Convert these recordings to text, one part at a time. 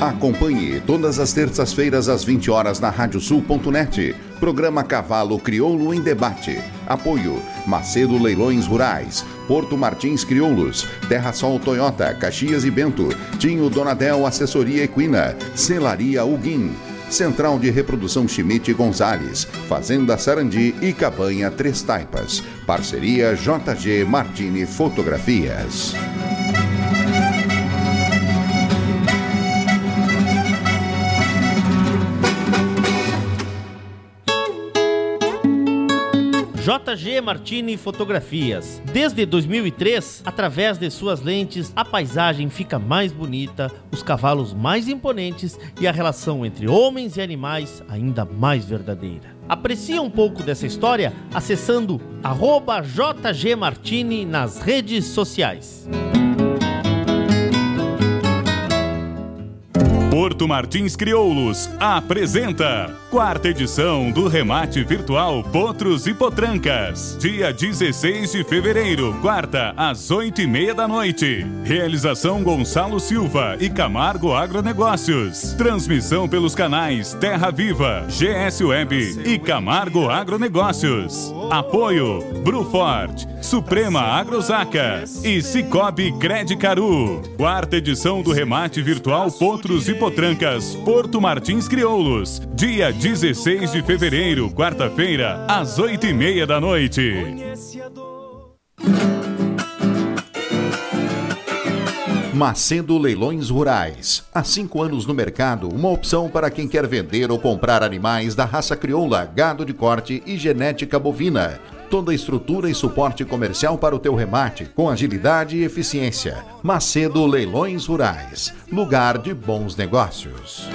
Acompanhe todas as terças-feiras às 20 horas na radiosul.net. Programa Cavalo Crioulo em Debate. Apoio Macedo Leilões Rurais, Porto Martins Crioulos, Terra Sol Toyota, Caxias e Bento, Tinho Donadel Assessoria Equina, Celaria Huguim, Central de Reprodução Schmidt Gonzalez, Fazenda Sarandi e Cabanha Três Taipas. Parceria JG Martini Fotografias. JG Martini Fotografias. Desde 2003, através de suas lentes, a paisagem fica mais bonita, os cavalos mais imponentes e a relação entre homens e animais ainda mais verdadeira. Aprecie um pouco dessa história acessando @JG Martini nas redes sociais. Porto Martins Crioulos apresenta 4ª edição do remate virtual Potros e Potrancas, dia 16 de fevereiro, quarta, às 8h30 da noite. Realização Gonçalo Silva e Camargo Agronegócios. Transmissão pelos canais Terra Viva, GS Web e Camargo Agronegócios. Apoio Brufort, Suprema Agrosaca e Cicobi Credicaru. 4ª edição do remate virtual Potros e Potrancas, Porto Martins Crioulos, dia 16 de fevereiro, quarta-feira, às 8h30 da noite. Macedo Leilões Rurais. Há 5 anos no mercado, uma opção para quem quer vender ou comprar animais da raça crioula, gado de corte e genética bovina. Toda a estrutura e suporte comercial para o teu remate, com agilidade e eficiência. Macedo Leilões Rurais. Lugar de bons negócios.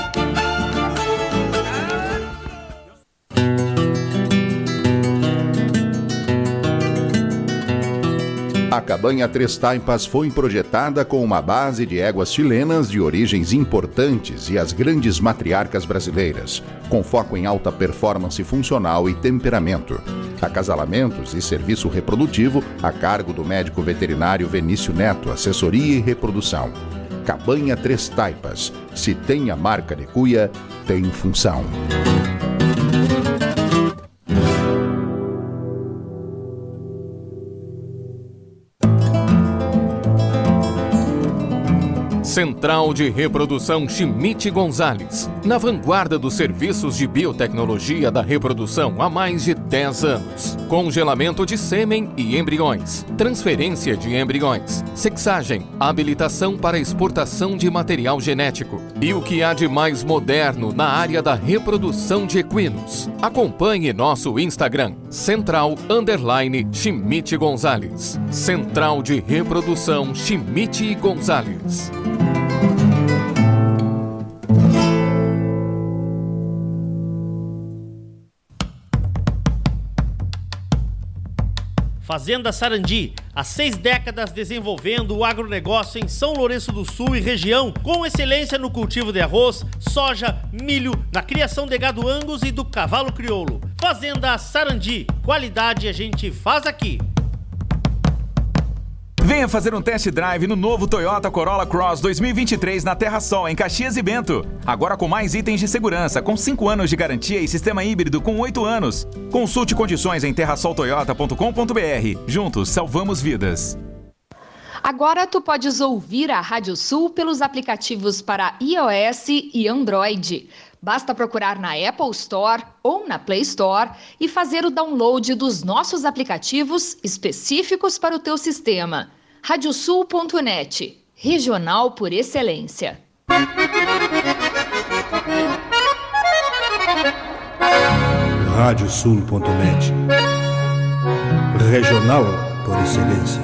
A Cabanha Três Taipas foi projetada com uma base de éguas chilenas de origens importantes e as grandes matriarcas brasileiras, com foco em alta performance funcional e temperamento. Acasalamentos e serviço reprodutivo a cargo do médico veterinário Venício Neto, assessoria e reprodução. Cabanha Três Taipas. Se tem a marca de cuia, tem função. Central de Reprodução Schmidt Gonzalez, na vanguarda dos serviços de biotecnologia da reprodução há mais de 10 anos. Congelamento de sêmen e embriões, transferência de embriões, sexagem, habilitação para exportação de material genético e o que há de mais moderno na área da reprodução de equinos. Acompanhe nosso Instagram, Central_Schmidt Gonzalez. Central de Reprodução Schmidt Gonzalez. Fazenda Sarandi, há 6 décadas desenvolvendo o agronegócio em São Lourenço do Sul e região, com excelência no cultivo de arroz, soja, milho, na criação de gado Angus e do cavalo crioulo. Fazenda Sarandi, qualidade a gente faz aqui. Venha fazer um test drive no novo Toyota Corolla Cross 2023 na Terra Sol, em Caxias e Bento. Agora com mais itens de segurança, com 5 anos de garantia e sistema híbrido com 8 anos. Consulte condições em terrasoltoyota.com.br. Juntos, salvamos vidas. Agora tu podes ouvir a Rádio Sul pelos aplicativos para iOS e Android. Basta procurar na Apple Store ou na Play Store e fazer o download dos nossos aplicativos específicos para o teu sistema. Radiosul.net, regional por excelência. Radiosul.net, regional por excelência.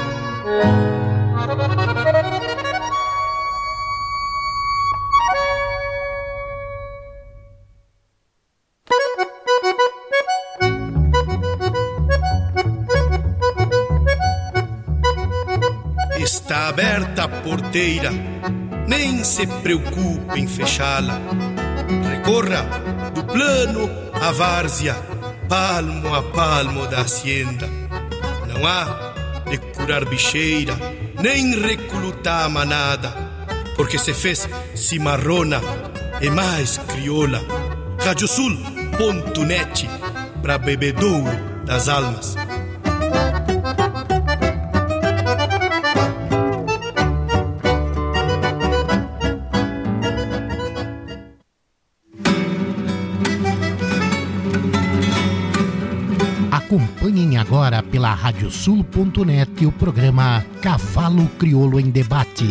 Está aberta a porteira, nem se preocupe em fechá-la. Recorra do plano à várzea, palmo a palmo da hacienda. Não há de curar bicheira, nem recrutar manada. porque se fez cimarrona e mais crioula. Radiosul.net, pra bebedouro das almas. Acompanhem agora pela Radiosul.net o programa Cavalo Crioulo em Debate.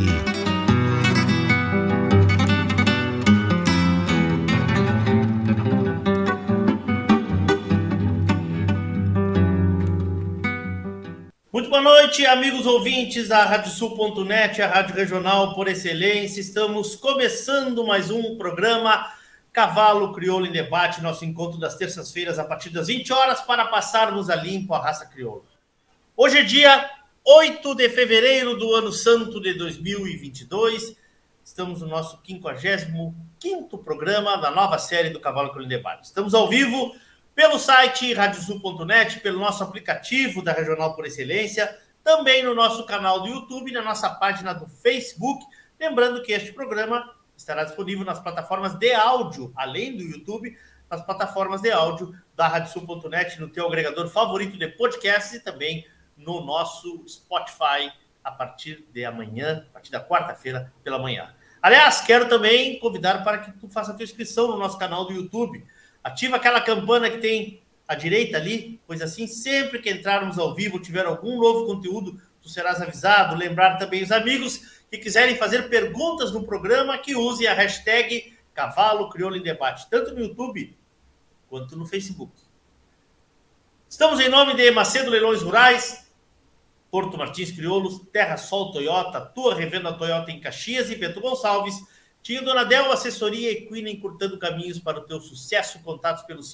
Muito boa noite, amigos ouvintes da Radiosul.net, a rádio regional por excelência. Estamos começando mais um programa Cavalo Crioulo em Debate, nosso encontro das terças-feiras a partir das 20 horas para passarmos a limpo a raça crioula. Hoje é dia 8 de fevereiro do ano santo de 2022. Estamos no nosso 55º programa da nova série do Cavalo Crioulo em Debate. Estamos ao vivo pelo site radiosul.net, pelo nosso aplicativo da Regional por Excelência, também no nosso canal do YouTube e na nossa página do Facebook. Lembrando que este programa estará disponível nas plataformas de áudio, além do YouTube, nas plataformas de áudio da radiosul.net, no teu agregador favorito de podcasts e também no nosso Spotify a partir de amanhã, a partir da quarta-feira pela manhã. Aliás, quero também convidar para que tu faça a tua inscrição no nosso canal do YouTube. Ativa aquela campana que tem à direita ali, pois assim, sempre que entrarmos ao vivo, tiver algum novo conteúdo, tu serás avisado. Lembrar também os amigos que quiserem fazer perguntas no programa, que usem a hashtag Cavalo Crioulo em Debate, tanto no YouTube quanto no Facebook. Estamos em nome de Macedo Leilões Rurais, Porto Martins Crioulos, Terra Sol Toyota, tua revenda Toyota em Caxias e Bento Gonçalves, Tio Donadel, assessoria equina, encurtando caminhos para o teu sucesso. Contatos pelo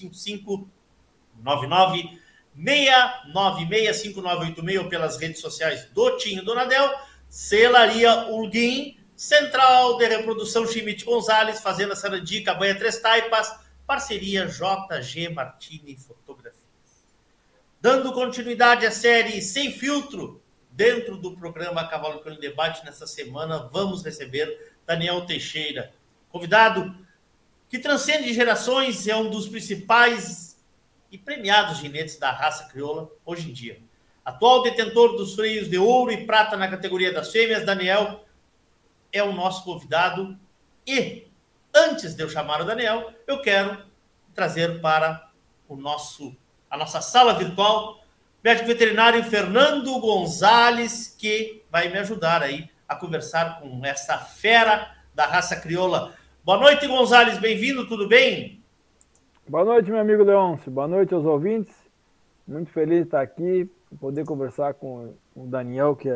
5599-696-5986 ou pelas redes sociais do Tinho Donadel. Celaria Ulguim, Central de Reprodução Schmidt Gonzalez, Fazenda Sarandi, Cabanha Três Taipas, parceria JG Martini Fotografias. Dando continuidade à série Sem Filtro, dentro do programa Cavalo Crioulo em Debate, nessa semana vamos receber Daniel Teixeira, convidado que transcende gerações, é um dos principais e premiados ginetes da raça crioula hoje em dia. Atual detentor dos freios de ouro e prata na categoria das fêmeas, Daniel é o nosso convidado. E, antes de eu chamar o Daniel, eu quero trazer para a nossa sala virtual médico veterinário Fernando Gonzalez, que vai me ajudar aí a conversar com essa fera da raça crioula. Boa noite, Gonzalez, bem-vindo, tudo bem? Boa noite, meu amigo Leôncio, boa noite aos ouvintes. Muito feliz de estar aqui, poder conversar com o Daniel, que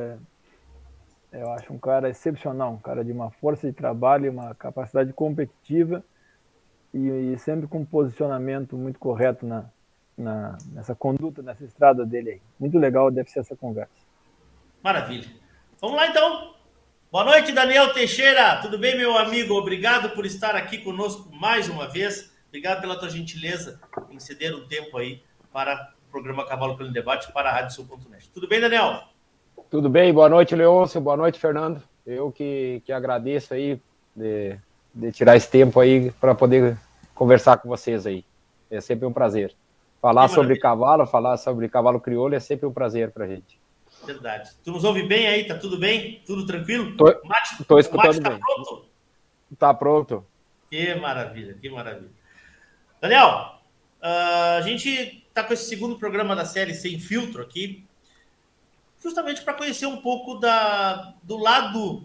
eu acho um cara excepcional, um cara de uma força de trabalho, uma capacidade competitiva e sempre com um posicionamento muito correto nessa conduta, nessa estrada dele aí. Muito legal deve ser essa conversa. Maravilha. Vamos lá, então. Boa noite, Daniel Teixeira. Tudo bem, meu amigo? Obrigado por estar aqui conosco mais uma vez. Obrigado pela tua gentileza em ceder um tempo aí para o programa Cavalo Crioulo em Debate para a Radiosul.net. Tudo bem, Daniel? Tudo bem. Boa noite, Leôncio. Boa noite, Fernando. Eu que agradeço aí de tirar esse tempo aí para poder conversar com vocês aí. É sempre um prazer. Falar sobre cavalo crioulo é sempre um prazer para a gente. Verdade. Tu nos ouve bem aí? Tá tudo bem? Tudo tranquilo? Tô escutando bem. Tá pronto? Tá pronto. Que maravilha, que maravilha. Daniel, a gente tá com esse segundo programa da série Sem Filtro aqui, justamente para conhecer um pouco do lado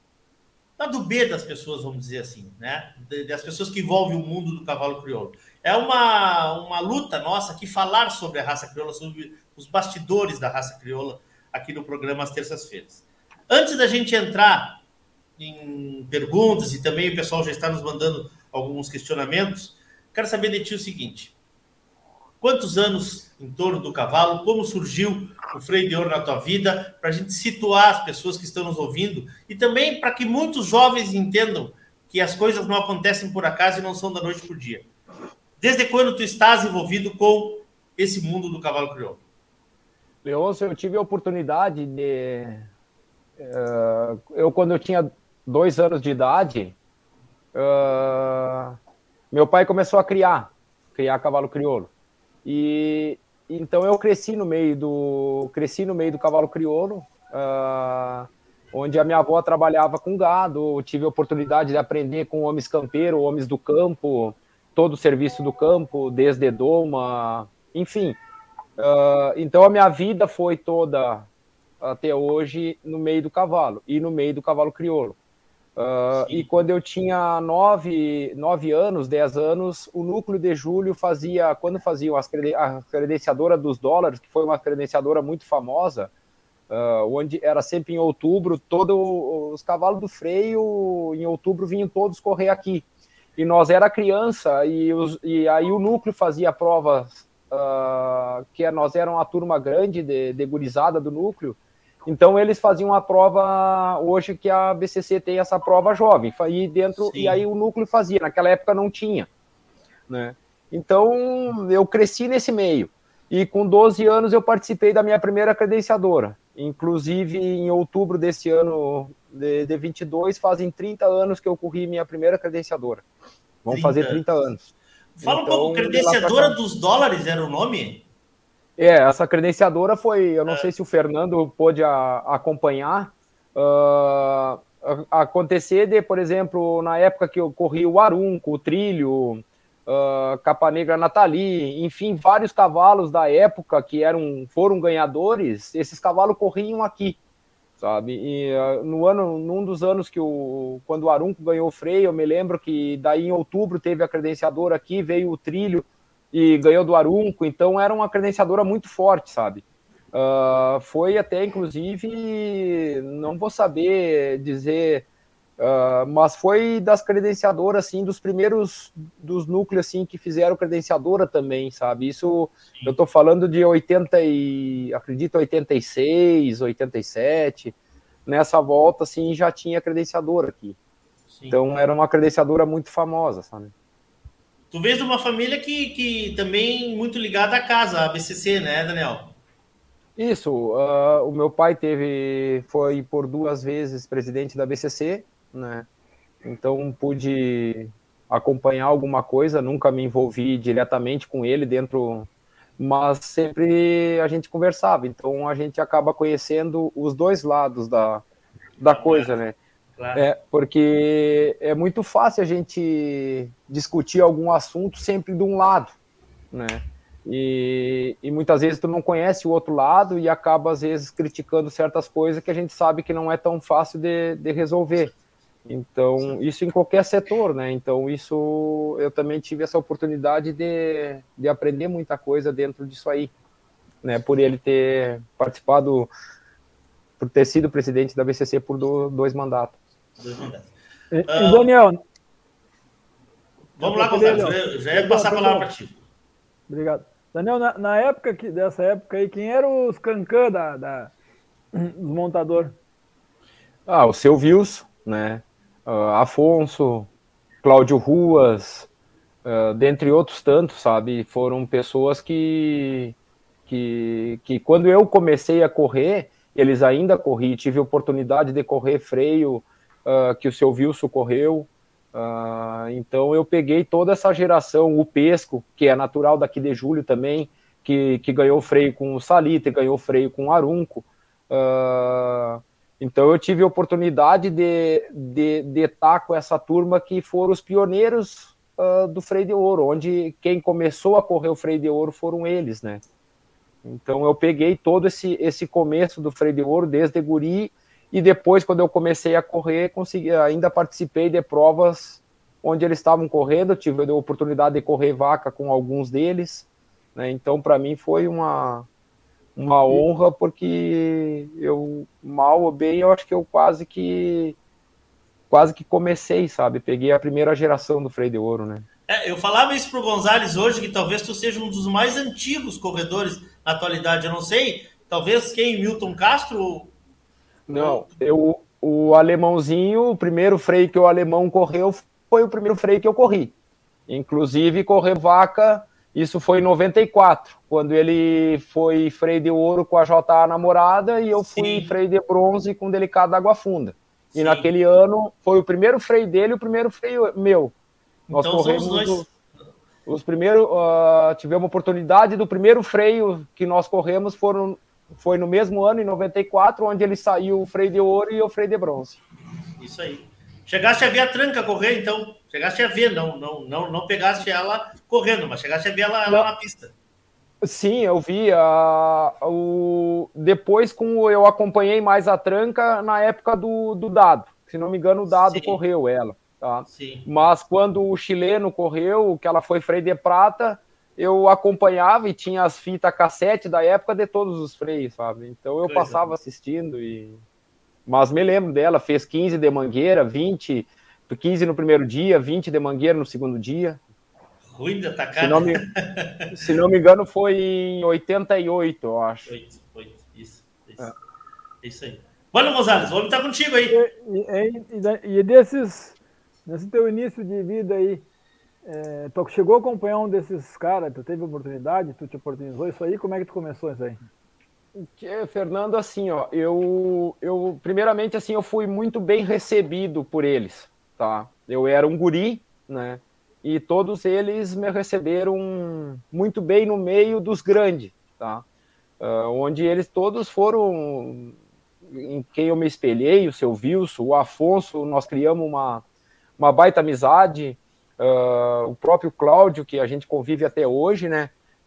B das pessoas, vamos dizer assim, né? Das pessoas que envolvem o mundo do cavalo crioulo. É uma luta nossa aqui falar sobre a raça crioula, sobre os bastidores da raça crioula aqui no programa às terças-feiras. Antes da gente entrar em perguntas, e também o pessoal já está nos mandando alguns questionamentos, quero saber de ti o seguinte: quantos anos em torno do cavalo, como surgiu o freio de ouro na tua vida, para a gente situar as pessoas que estão nos ouvindo e também para que muitos jovens entendam que as coisas não acontecem por acaso e não são da noite para o dia. Desde quando tu estás envolvido com esse mundo do cavalo crioulo? Leôncio, eu tive a oportunidade de... quando eu tinha 2 anos de idade, meu pai começou a criar cavalo crioulo. E então eu cresci no meio do cavalo crioulo, onde a minha avó trabalhava com gado. Eu tive a oportunidade de aprender com homens campeiros, homens do campo, todo o serviço do campo, desde doma, enfim. Então a minha vida foi toda, até hoje, no meio do cavalo, e no meio do cavalo crioulo. E quando eu tinha 9 anos, 10 anos, o Núcleo de Julho quando faziam a credenciadora dos dólares, que foi uma credenciadora muito famosa, onde era sempre em outubro, todos os cavalos do freio, em outubro, vinham todos correr aqui. E nós era criança, e aí o Núcleo fazia provas, que nós era uma turma grande de gurizada do Núcleo. Então eles faziam a prova, hoje que a BCC tem essa prova jovem, e aí o Núcleo fazia, naquela época não tinha, né? Então eu cresci nesse meio, e com 12 anos eu participei da minha primeira credenciadora, inclusive em outubro desse ano de 22, fazem 30 anos que eu corri minha primeira credenciadora, vão fazer 30 anos. Fala então, um pouco, credenciadora dos dólares era o nome? Essa credenciadora foi, eu não sei se o Fernando pôde acompanhar, acontecer de, por exemplo, na época que eu corri o Arunco, o Trilho, Capa Negra Nathalie, enfim, vários cavalos da época que foram ganhadores, esses cavalos corriam aqui, sabe? E num dos anos quando o Arunco ganhou o freio, eu me lembro que daí em outubro teve a credenciadora aqui, veio o Trilho, e ganhou do Arunco, então era uma credenciadora muito forte, sabe? Foi até, inclusive, não vou saber dizer, mas foi das credenciadoras, assim, dos primeiros dos núcleos, assim, que fizeram credenciadora também, sabe? Isso, eu tô falando de 86, 87, nessa volta, assim, já tinha credenciadora aqui. Sim. Então, era uma credenciadora muito famosa, sabe? Tu vês de uma família que também muito ligada à casa, a BCC, né, Daniel? Isso, o meu pai foi por 2 vezes presidente da BCC, né? Então pude acompanhar alguma coisa, nunca me envolvi diretamente com ele mas sempre a gente conversava, então a gente acaba conhecendo os dois lados da coisa, né? Claro. Porque é muito fácil a gente discutir algum assunto sempre de um lado, né? E muitas vezes tu não conhece o outro lado e acaba, às vezes, criticando certas coisas que a gente sabe que não é tão fácil de resolver. Então, isso em qualquer setor, né? Então, isso eu também tive essa oportunidade de aprender muita coisa dentro disso aí, né? Por ele ter participado, por ter sido presidente da BCC por 2 mandatos. Daniel, vamos lá, Gonzalo. Já ia passar a palavra para ti. Obrigado. Daniel, dessa época aí, quem eram os cancã dos montadores? O seu Wilson, né? Afonso, Cláudio Ruas, dentre outros tantos, sabe? Foram pessoas que quando eu comecei a correr, eles ainda corriam, tive a oportunidade de correr freio, que o seu Wilson correu, então eu peguei toda essa geração, o Pesco, que é natural daqui de Julho também, que ganhou freio com o Salita, ganhou freio com o Arunco, então eu tive a oportunidade de estar com essa turma que foram os pioneiros do freio de ouro, onde quem começou a correr o freio de ouro foram eles, né? Então eu peguei todo esse começo do freio de ouro, desde guri, e depois, quando eu comecei a correr, ainda participei de provas onde eles estavam correndo, tive a oportunidade de correr vaca com alguns deles, né? Então para mim foi uma honra, porque eu, mal ou bem, eu acho que eu quase que comecei, sabe? Peguei a primeira geração do freio de ouro, né? Eu falava isso pro Gonzalez hoje, que talvez tu seja um dos mais antigos corredores na atualidade, eu não sei, talvez Milton Castro? Não, o alemãozinho, o primeiro freio que o alemão correu foi o primeiro freio que eu corri. Inclusive, correr vaca, isso foi em 94, quando ele foi freio de ouro com a JA Namorada e eu fui freio de bronze com Delicado Água Funda. E naquele ano foi o primeiro freio dele e o primeiro freio meu. Nós então corremos somos dois. Os primeiros, tivemos oportunidade do primeiro freio que nós corremos foi no mesmo ano, em 94, onde ele saiu o freio de ouro e o freio de bronze. Isso aí. Chegaste a ver a tranca correr, então? Chegaste a ver, não pegaste ela correndo, mas chegaste a ver ela na pista. Sim, eu vi. Depois, eu acompanhei mais a tranca na época do Dado. Se não me engano, o Dado correu ela. Tá? Sim. Mas quando o chileno correu, que ela foi freio de prata, eu acompanhava e tinha as fitas cassete da época de todos os freios, sabe? Então eu passava assistindo. Mas me lembro dela, fez 15 de mangueira, 15 no primeiro dia, 20 de mangueira no segundo dia. Ruim de atacar. Se não me engano, foi em 88, eu acho. 8, isso. É isso aí. Bueno, Gonzalez, vamos estar contigo aí. E nesse teu início de vida aí, tu chegou a acompanhar um desses caras, tu teve oportunidade, tu te oportunizou isso aí, como é que tu começou isso aí? Fernando, assim, ó, eu primeiramente, assim, eu fui muito bem recebido por eles, tá? Eu era um guri, né? E todos eles me receberam muito bem no meio dos grandes, tá? Onde eles todos foram em quem eu me espelhei, o seu Wilson, o Afonso, nós criamos uma baita amizade, o próprio Cláudio, que a gente convive até hoje, né?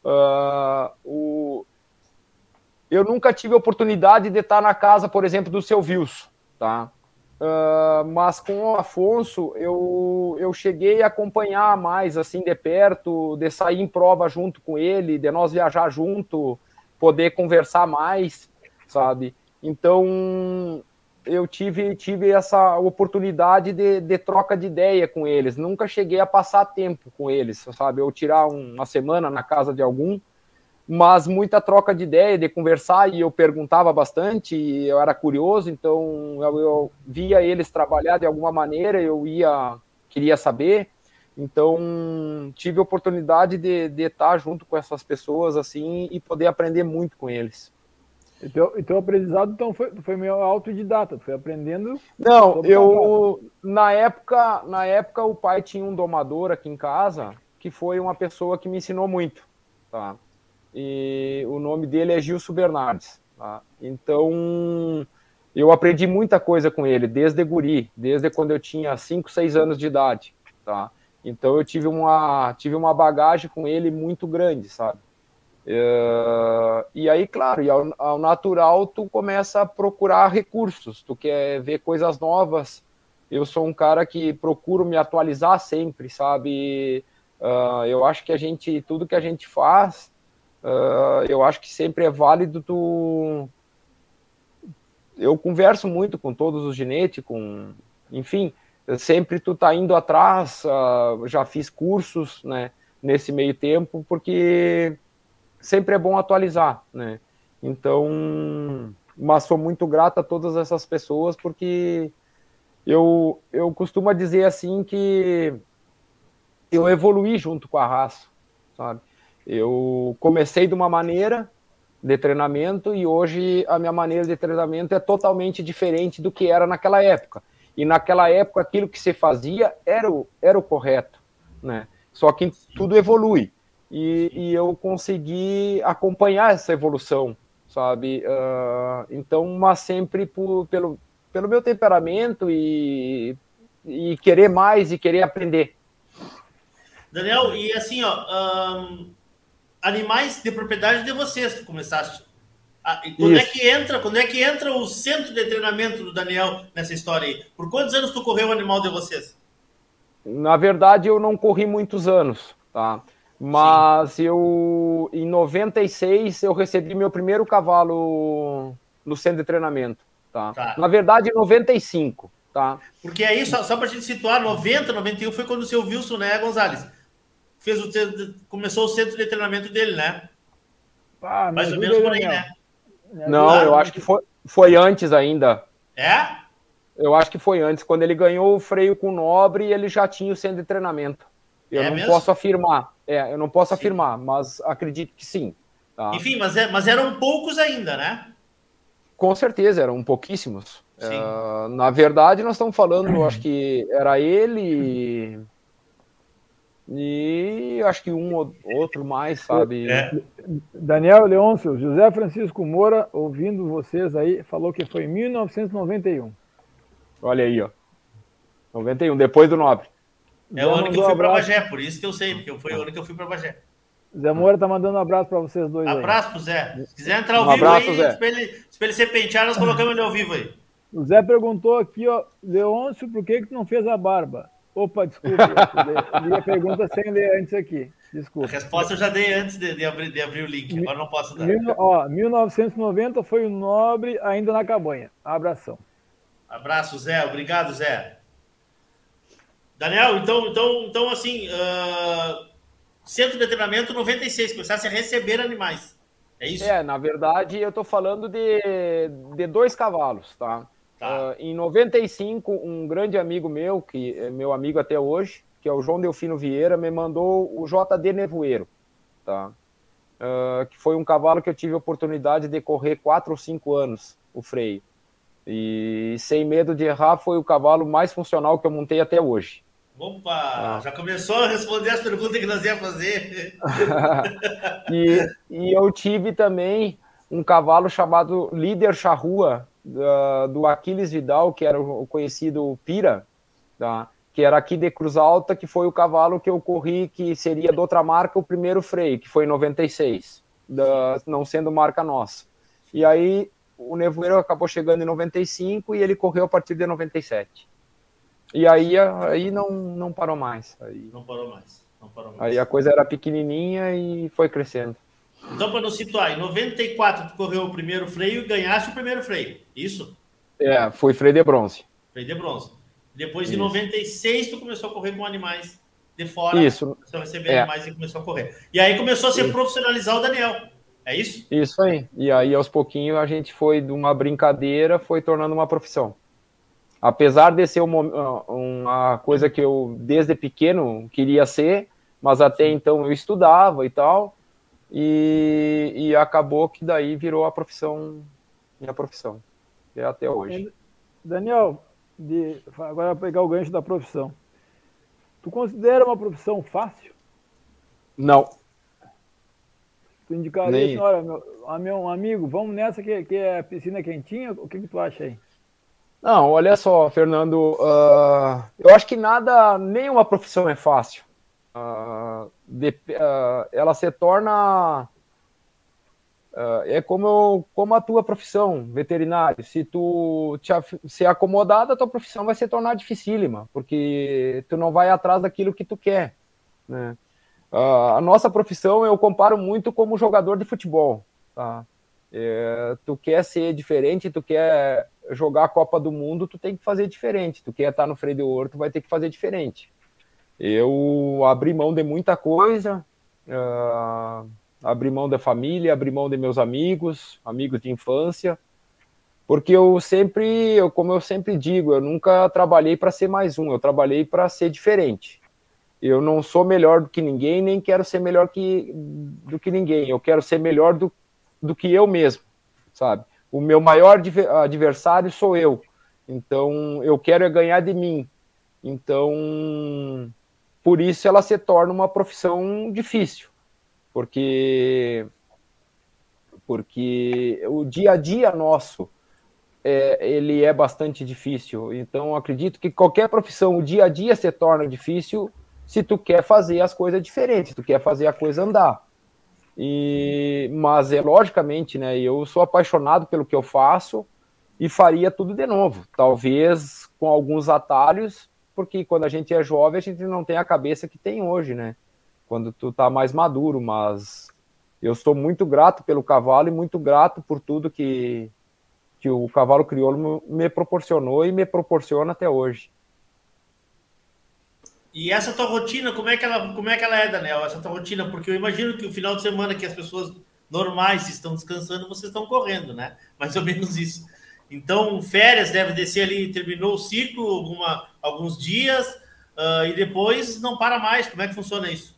Eu nunca tive a oportunidade de estar na casa, por exemplo, do seu Wilson, tá? Mas com o Afonso, eu cheguei a acompanhar mais, assim, de perto, de sair em prova junto com ele, de nós viajar junto, poder conversar mais, sabe? Então, eu tive essa oportunidade de troca de ideia com eles. Nunca cheguei a passar tempo com eles, sabe? Eu tirar uma semana na casa de algum, mas muita troca de ideia, de conversar, e eu perguntava bastante, e eu era curioso, então eu via eles trabalhar de alguma maneira, queria saber, então tive a oportunidade de estar junto com essas pessoas, assim, e poder aprender muito com eles. E teu aprendizado, então, foi meio autodidata, tu foi aprendendo... Não, na época o pai tinha um domador aqui em casa, que foi uma pessoa que me ensinou muito, tá? E o nome dele é Gilson Bernardes, tá? Então, eu aprendi muita coisa com ele, desde guri, desde quando eu tinha 5, 6 anos de idade, tá? Então, eu tive uma bagagem com ele muito grande, sabe? E aí, claro, ao natural, tu começa a procurar recursos, tu quer ver coisas novas. Eu sou um cara que procuro me atualizar sempre, sabe? Eu acho que tudo que a gente faz, eu acho que sempre é válido eu converso muito com todos os ginetes, enfim, sempre tu tá indo atrás, já fiz cursos, né, nesse meio tempo, porque sempre é bom atualizar, né, então, mas sou muito grato a todas essas pessoas, porque eu costumo dizer assim que eu evoluí junto com a raça, sabe? Eu comecei de uma maneira de treinamento e hoje a minha maneira de treinamento é totalmente diferente do que era naquela época. E naquela época aquilo que se fazia era o correto, né? Só que tudo evolui. E eu consegui acompanhar essa evolução, sabe? Então, mas sempre pelo meu temperamento e querer mais e querer aprender. Daniel, e assim, ó, animais de propriedade de vocês, tu começaste. Quando é que entra o centro de treinamento do Daniel nessa história aí? Por quantos anos tu correu o animal de vocês? Na verdade, eu não corri muitos anos, tá? Mas em 96, eu recebi meu primeiro cavalo no centro de treinamento, tá? Na verdade, em 95, tá? Porque aí, só pra gente situar, 90, 91 foi quando o seu Wilson, né, Gonzalez? Começou o centro de treinamento dele, né? Mais ou menos por aí, né? Não, eu acho que foi antes ainda. É? Eu acho que foi antes. Quando ele ganhou o freio com o Nobre, ele já tinha o centro de treinamento. Eu não posso afirmar. Eu não posso afirmar, mas acredito que sim. Tá? Enfim, mas eram poucos ainda, né? Com certeza, eram pouquíssimos. Na verdade, nós estamos falando, eu acho que era ele e acho que um ou outro mais, sabe? Daniel Leôncio, José Francisco Moura, ouvindo vocês aí, falou que foi em 1991. Olha aí, ó. 91, depois do Nobre. É o ano que eu fui para Bagé, por isso que eu sei, porque foi o ano que eu fui para Bagé. Zé Moura tá mandando um abraço para vocês dois. Abraço aí. Pro Zé. Se quiser entrar ao vivo abraço, aí, Zé. pra ele ser penteado, nós colocamos ele ao vivo aí. O Zé perguntou aqui, ó, Leôncio, por que tu não fez a barba? Opa, desculpa, li a pergunta sem ler antes aqui. Desculpa. A resposta eu já dei antes de abrir o link, agora não posso dar. 1990 foi o Nobre ainda na Cabanha. Abração. Abraço, Zé. Obrigado, Zé. Daniel, então assim, centro de treinamento 96, começasse a receber animais. É isso? Na verdade, eu estou falando de 2 cavalos, tá? Em 95, um grande amigo meu, que é meu amigo até hoje, que é o João Delfino Vieira, me mandou o JD Nevoeiro, tá? Que foi um cavalo que eu tive a oportunidade de correr 4 ou 5 anos, o freio. E sem medo de errar, foi o cavalo mais funcional que eu montei até hoje. Opa, já começou a responder as perguntas que nós íamos fazer. e eu tive também um cavalo chamado Líder Charrua, do Aquiles Vidal, que era o conhecido Pira, tá? Que era aqui de Cruz Alta, que foi o cavalo que eu corri, que seria de outra marca, o primeiro freio, que foi em 96, não sendo marca nossa. E aí o Nevoeiro acabou chegando em 95 e ele correu a partir de 97. E aí não parou mais. Não parou mais. Aí a coisa era pequenininha e foi crescendo. Então, para nos situar, em 94 tu correu o primeiro freio e ganhaste o primeiro freio, isso? Foi freio de bronze. Freio de bronze. Depois, em 96, tu começou a correr com animais de fora. Isso. Começou a receber animais e começou a correr. E aí começou a se profissionalizar o Daniel. É isso? Isso aí. E aí, aos pouquinhos, a gente foi de uma brincadeira, foi tornando uma profissão. Apesar de ser uma coisa que eu, desde pequeno, queria ser, mas até então eu estudava e tal, e acabou que daí virou minha profissão, e é até hoje. Daniel, agora vou pegar o gancho da profissão. Tu considera uma profissão fácil? Não. Tu indicaria assim, olha, meu amigo, vamos nessa que é piscina quentinha? O que tu acha aí? Não, olha só, Fernando, eu acho que nenhuma profissão é fácil. Ela se torna... é como a tua profissão, veterinário. Se tu se acomodar da tua profissão, vai se tornar dificílima, porque tu não vai atrás daquilo que tu quer, né? A nossa profissão eu comparo muito como jogador de futebol, tá? Tu quer ser diferente, tu quer jogar a Copa do Mundo, tu tem que fazer diferente. Tu quer estar no freio de ouro, tu vai ter que fazer diferente. Eu abri mão de muita coisa, abri mão da família, abri mão de meus amigos de infância, porque como eu sempre digo, eu nunca trabalhei para ser mais um, eu trabalhei para ser diferente. Eu não sou melhor do que ninguém, nem quero ser melhor do que ninguém, eu quero ser melhor do que eu mesmo, sabe? O meu maior adversário sou eu, então eu quero ganhar de mim. Então, por isso ela se torna uma profissão difícil, porque o dia a dia nosso, ele é bastante difícil. Então, acredito que qualquer profissão, o dia a dia se torna difícil se tu quer fazer as coisas diferentes, se tu quer fazer a coisa andar. Mas logicamente, né, eu sou apaixonado pelo que eu faço e faria tudo de novo, talvez com alguns atalhos, porque quando a gente é jovem a gente não tem a cabeça que tem hoje, né, quando tu tá mais maduro, mas eu sou muito grato pelo cavalo e muito grato por tudo que o cavalo crioulo me proporcionou e me proporciona até hoje. E essa tua rotina, como é que ela é, Daniel? Essa tua rotina, porque eu imagino que o final de semana que as pessoas normais estão descansando, vocês estão correndo, né? Mais ou menos isso. Então, férias deve descer ali, terminou o ciclo, alguns dias, e depois não para mais. Como é que funciona isso?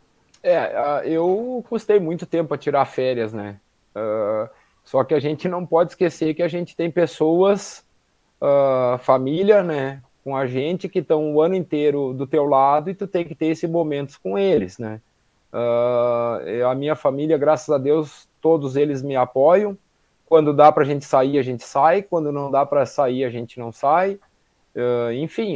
Eu custei muito tempo a tirar férias, né? Só que a gente não pode esquecer que a gente tem pessoas família, né, com a gente, que estão o ano inteiro do teu lado e tu tem que ter esses momentos com eles, né. A minha família, graças a Deus, todos eles me apoiam. Quando dá para a gente sair, a gente sai. Quando não dá para sair, a gente não sai. Enfim,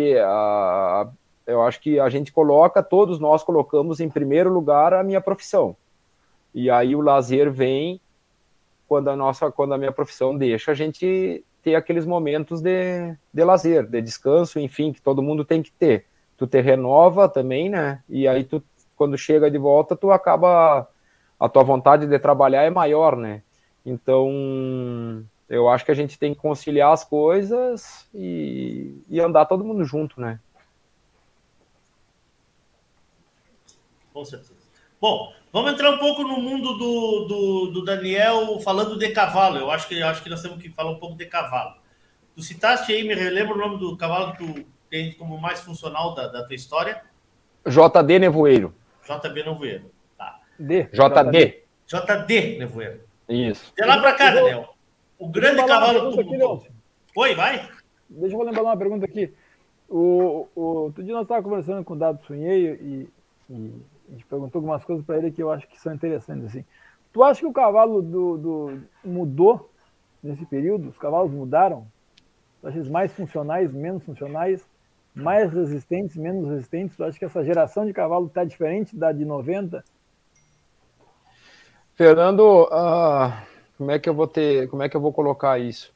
eu acho que a gente todos nós colocamos em primeiro lugar a minha profissão. E aí o lazer vem quando a minha profissão deixa a gente ter aqueles momentos de lazer, de descanso, enfim, que todo mundo tem que ter. Tu te renova também, né? E aí quando chega de volta, a tua vontade de trabalhar é maior, né? Então, eu acho que a gente tem que conciliar as coisas e andar todo mundo junto, né? Com certeza. Bom, vamos entrar um pouco no mundo do Daniel falando de cavalo. Eu acho que nós temos que falar um pouco de cavalo. Tu citaste aí, me relembra o nome do cavalo que tu tem como mais funcional da tua história? JD Nevoeiro. JB Nevoeiro. Tá. JD Nevoeiro. Isso. De lá pra cá, Daniel. O grande cavalo do mundo. Oi, vai. Deixa eu lembrar uma pergunta aqui. Outro dia nós estávamos conversando com o Dado Sunheio e a gente perguntou algumas coisas para ele que eu acho que são interessantes. Assim. Tu acha que o cavalo mudou nesse período? Os cavalos mudaram? Tu acha eles mais funcionais, menos funcionais? Mais resistentes, menos resistentes? Tu acha que essa geração de cavalo está diferente da de 90? Fernando, como é que eu vou colocar isso?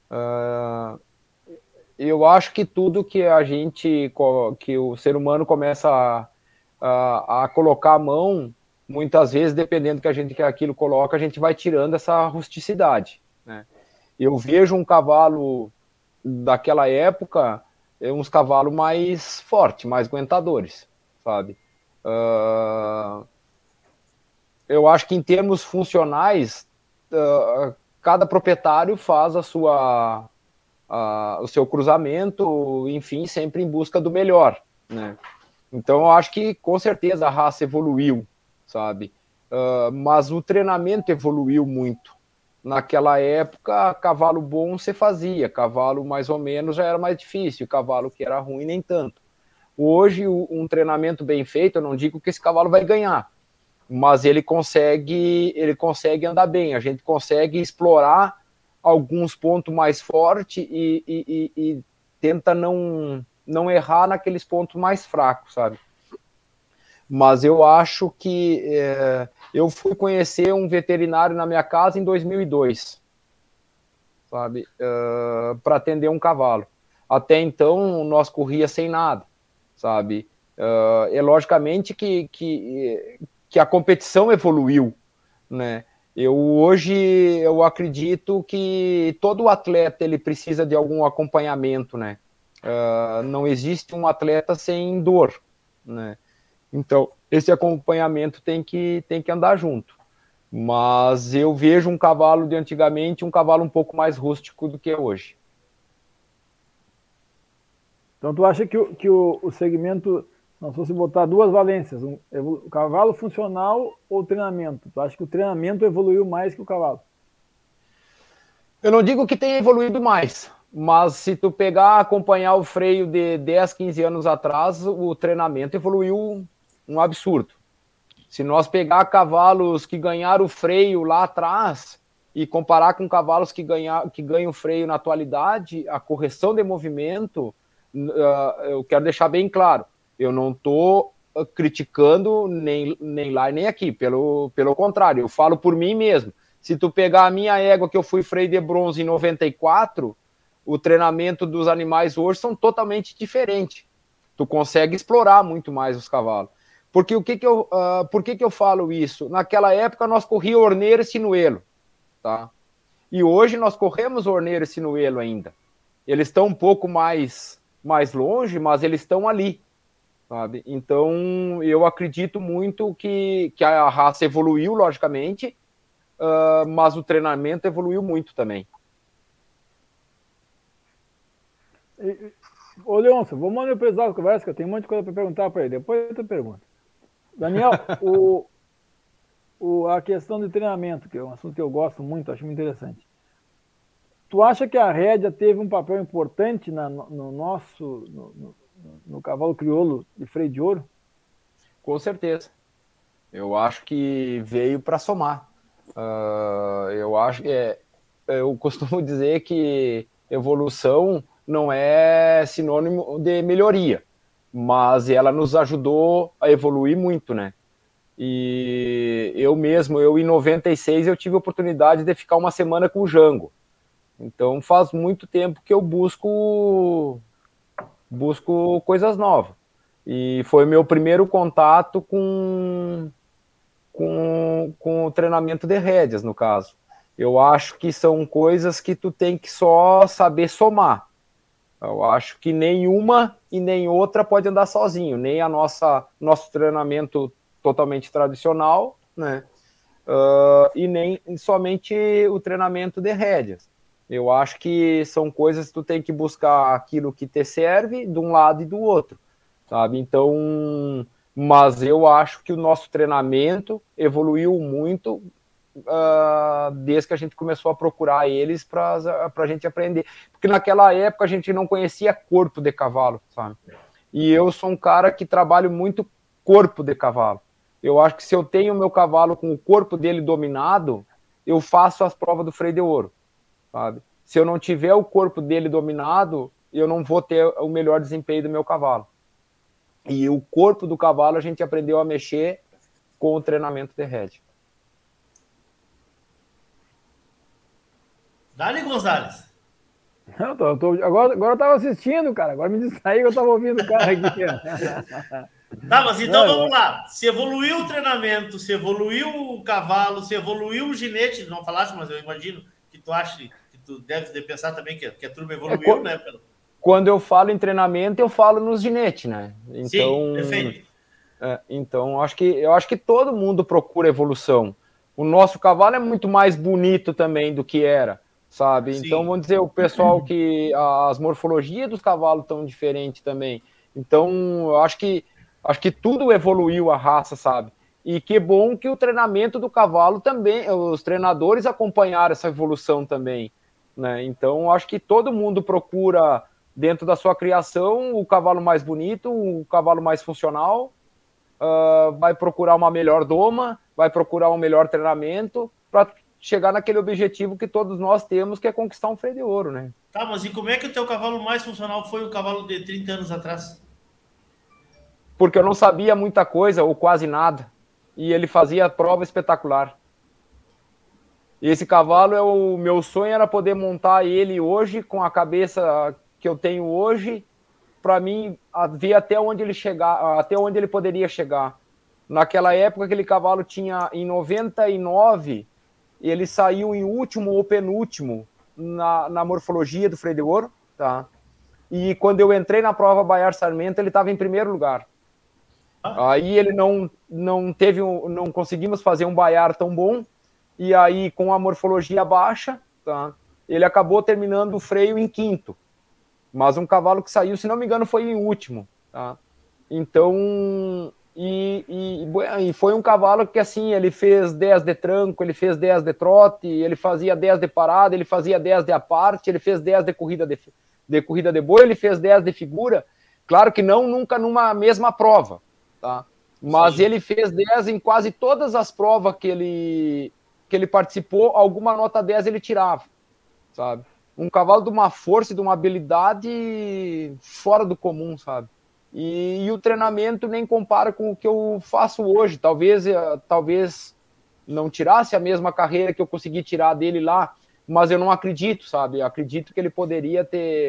Eu acho que tudo que que o ser humano começa a colocar a mão, muitas vezes, dependendo que aquilo coloca, a gente vai tirando essa rusticidade, né? Eu vejo um cavalo daquela época, uns cavalos mais fortes, mais aguentadores, sabe? Eu acho que em termos funcionais, cada proprietário faz o seu cruzamento, enfim, sempre em busca do melhor, né? Então, eu acho que, com certeza, a raça evoluiu, sabe? Mas o treinamento evoluiu muito. Naquela época, cavalo bom se fazia, cavalo mais ou menos já era mais difícil, cavalo que era ruim nem tanto. Hoje, um treinamento bem feito, eu não digo que esse cavalo vai ganhar, mas ele consegue andar bem, a gente consegue explorar alguns pontos mais fortes e tenta não errar naqueles pontos mais fracos, sabe? Mas eu acho que eu fui conhecer um veterinário na minha casa em 2002, sabe? Para atender um cavalo. Até então, nós corria sem nada, sabe? Logicamente que a competição evoluiu, né? Hoje eu acredito que todo atleta ele precisa de algum acompanhamento, né? Não existe um atleta sem dor, né? Então, esse acompanhamento tem que andar junto. Mas eu vejo um cavalo de antigamente, um cavalo um pouco mais rústico do que é hoje. Então, tu acha que o segmento, não fosse botar duas valências, o cavalo funcional ou treinamento? Tu acha que o treinamento evoluiu mais que o cavalo? Eu não digo que tenha evoluído mais, mas se tu acompanhar o freio de 10, 15 anos atrás, o treinamento evoluiu um absurdo. Se nós pegar cavalos que ganharam o freio lá atrás e comparar com cavalos que ganham freio na atualidade, a correção de movimento, eu quero deixar bem claro, eu não estou criticando nem lá nem aqui, pelo contrário, eu falo por mim mesmo. Se tu pegar a minha égua que eu fui freio de bronze em 94, o treinamento dos animais hoje são totalmente diferentes. Tu consegue explorar muito mais os cavalos. Porque por que eu falo isso? Naquela época nós corríamos Orneiro e Sinuelo, tá? E hoje nós corremos Orneiro e Sinuelo ainda. Eles estão um pouco mais longe, mas eles estão ali, sabe? Então eu acredito muito que a raça evoluiu, logicamente, mas o treinamento evoluiu muito também. Ô, Leôncio, vamos monopolizar a conversa, que eu tenho um monte de coisa para perguntar para ele. Depois eu te pergunto. Daniel, a questão de treinamento, que é um assunto que eu gosto muito, acho muito interessante. Tu acha que a rédea teve um papel importante no cavalo crioulo de freio de ouro? Com certeza. Eu acho que veio para somar. Eu acho que eu costumo dizer que evolução não é sinônimo de melhoria, mas ela nos ajudou a evoluir muito, né? E eu em 96, eu tive a oportunidade de ficar uma semana com o Jango. Então faz muito tempo que eu busco coisas novas. E foi meu primeiro contato com o treinamento de rédeas, no caso. Eu acho que são coisas que tu tem que só saber somar. Eu acho que nenhuma e nem outra pode andar sozinho, nem nosso treinamento totalmente tradicional, né? E nem somente o treinamento de rédeas. Eu acho que são coisas que tu tem que buscar aquilo que te serve de um lado e do outro, sabe? Então, mas eu acho que o nosso treinamento evoluiu muito desde que a gente começou a procurar eles para a gente aprender. Porque naquela época a gente não conhecia corpo de cavalo, sabe? E eu sou um cara que trabalho muito corpo de cavalo. Eu acho que se eu tenho o meu cavalo com o corpo dele dominado, eu faço as provas do freio de ouro, sabe? Se eu não tiver o corpo dele dominado, eu não vou ter o melhor desempenho do meu cavalo. E o corpo do cavalo a gente aprendeu a mexer com o treinamento de rédea. Dali, Gonzalez. Agora eu tava assistindo, cara. Agora me distraí que eu tava ouvindo o cara aqui. Tá, mas então vamos lá. Se evoluiu o treinamento, se evoluiu o cavalo, se evoluiu o ginete, não falaste, mas eu imagino que tu acha que tu deve pensar também que a turma evoluiu, né? Quando eu falo em treinamento, eu falo nos ginetes, né? Então, sim, perfeito. Então, eu acho que todo mundo procura evolução. O nosso cavalo é muito mais bonito também do que era, sabe? Sim. Então, vamos dizer, o pessoal que as morfologias dos cavalos estão diferentes também. Então, eu acho que tudo evoluiu a raça, sabe? E que bom que o treinamento do cavalo também, os treinadores acompanharam essa evolução também, né? Então, eu acho que todo mundo procura, dentro da sua criação, o cavalo mais bonito, o cavalo mais funcional, vai procurar uma melhor doma, vai procurar um melhor treinamento para chegar naquele objetivo que todos nós temos, que é conquistar um freio de ouro, né? Tá, mas e como é que o teu cavalo mais funcional foi o cavalo de 30 anos atrás? Porque eu não sabia muita coisa, ou quase nada, e ele fazia prova espetacular. E esse cavalo, meu sonho era poder montar ele hoje, com a cabeça que eu tenho hoje, para mim ver até onde ele poderia chegar. Naquela época, aquele cavalo tinha, em 99, ele saiu em último ou penúltimo na morfologia do freio de ouro, tá? E quando eu entrei na prova Baiar Sarmento, ele estava em primeiro lugar. Aí ele não conseguimos fazer um baiar tão bom, e aí com a morfologia baixa, tá? Ele acabou terminando o freio em quinto. Mas um cavalo que saiu, se não me engano, foi em último, tá? Então, e foi um cavalo que, assim, ele fez 10 de tranco, ele fez 10 de trote, ele fazia 10 de parada, ele fazia 10 de aparte, ele fez 10 de corrida de boi, ele fez 10 de figura. Claro que nunca numa mesma prova, tá? Mas sim, ele fez 10 em quase todas as provas que ele participou, alguma nota 10 ele tirava, sabe? Um cavalo de uma força e de uma habilidade fora do comum, sabe? E o treinamento nem compara com o que eu faço hoje. Talvez não tirasse a mesma carreira que eu consegui tirar dele lá, mas eu não acredito, sabe? Eu acredito que ele poderia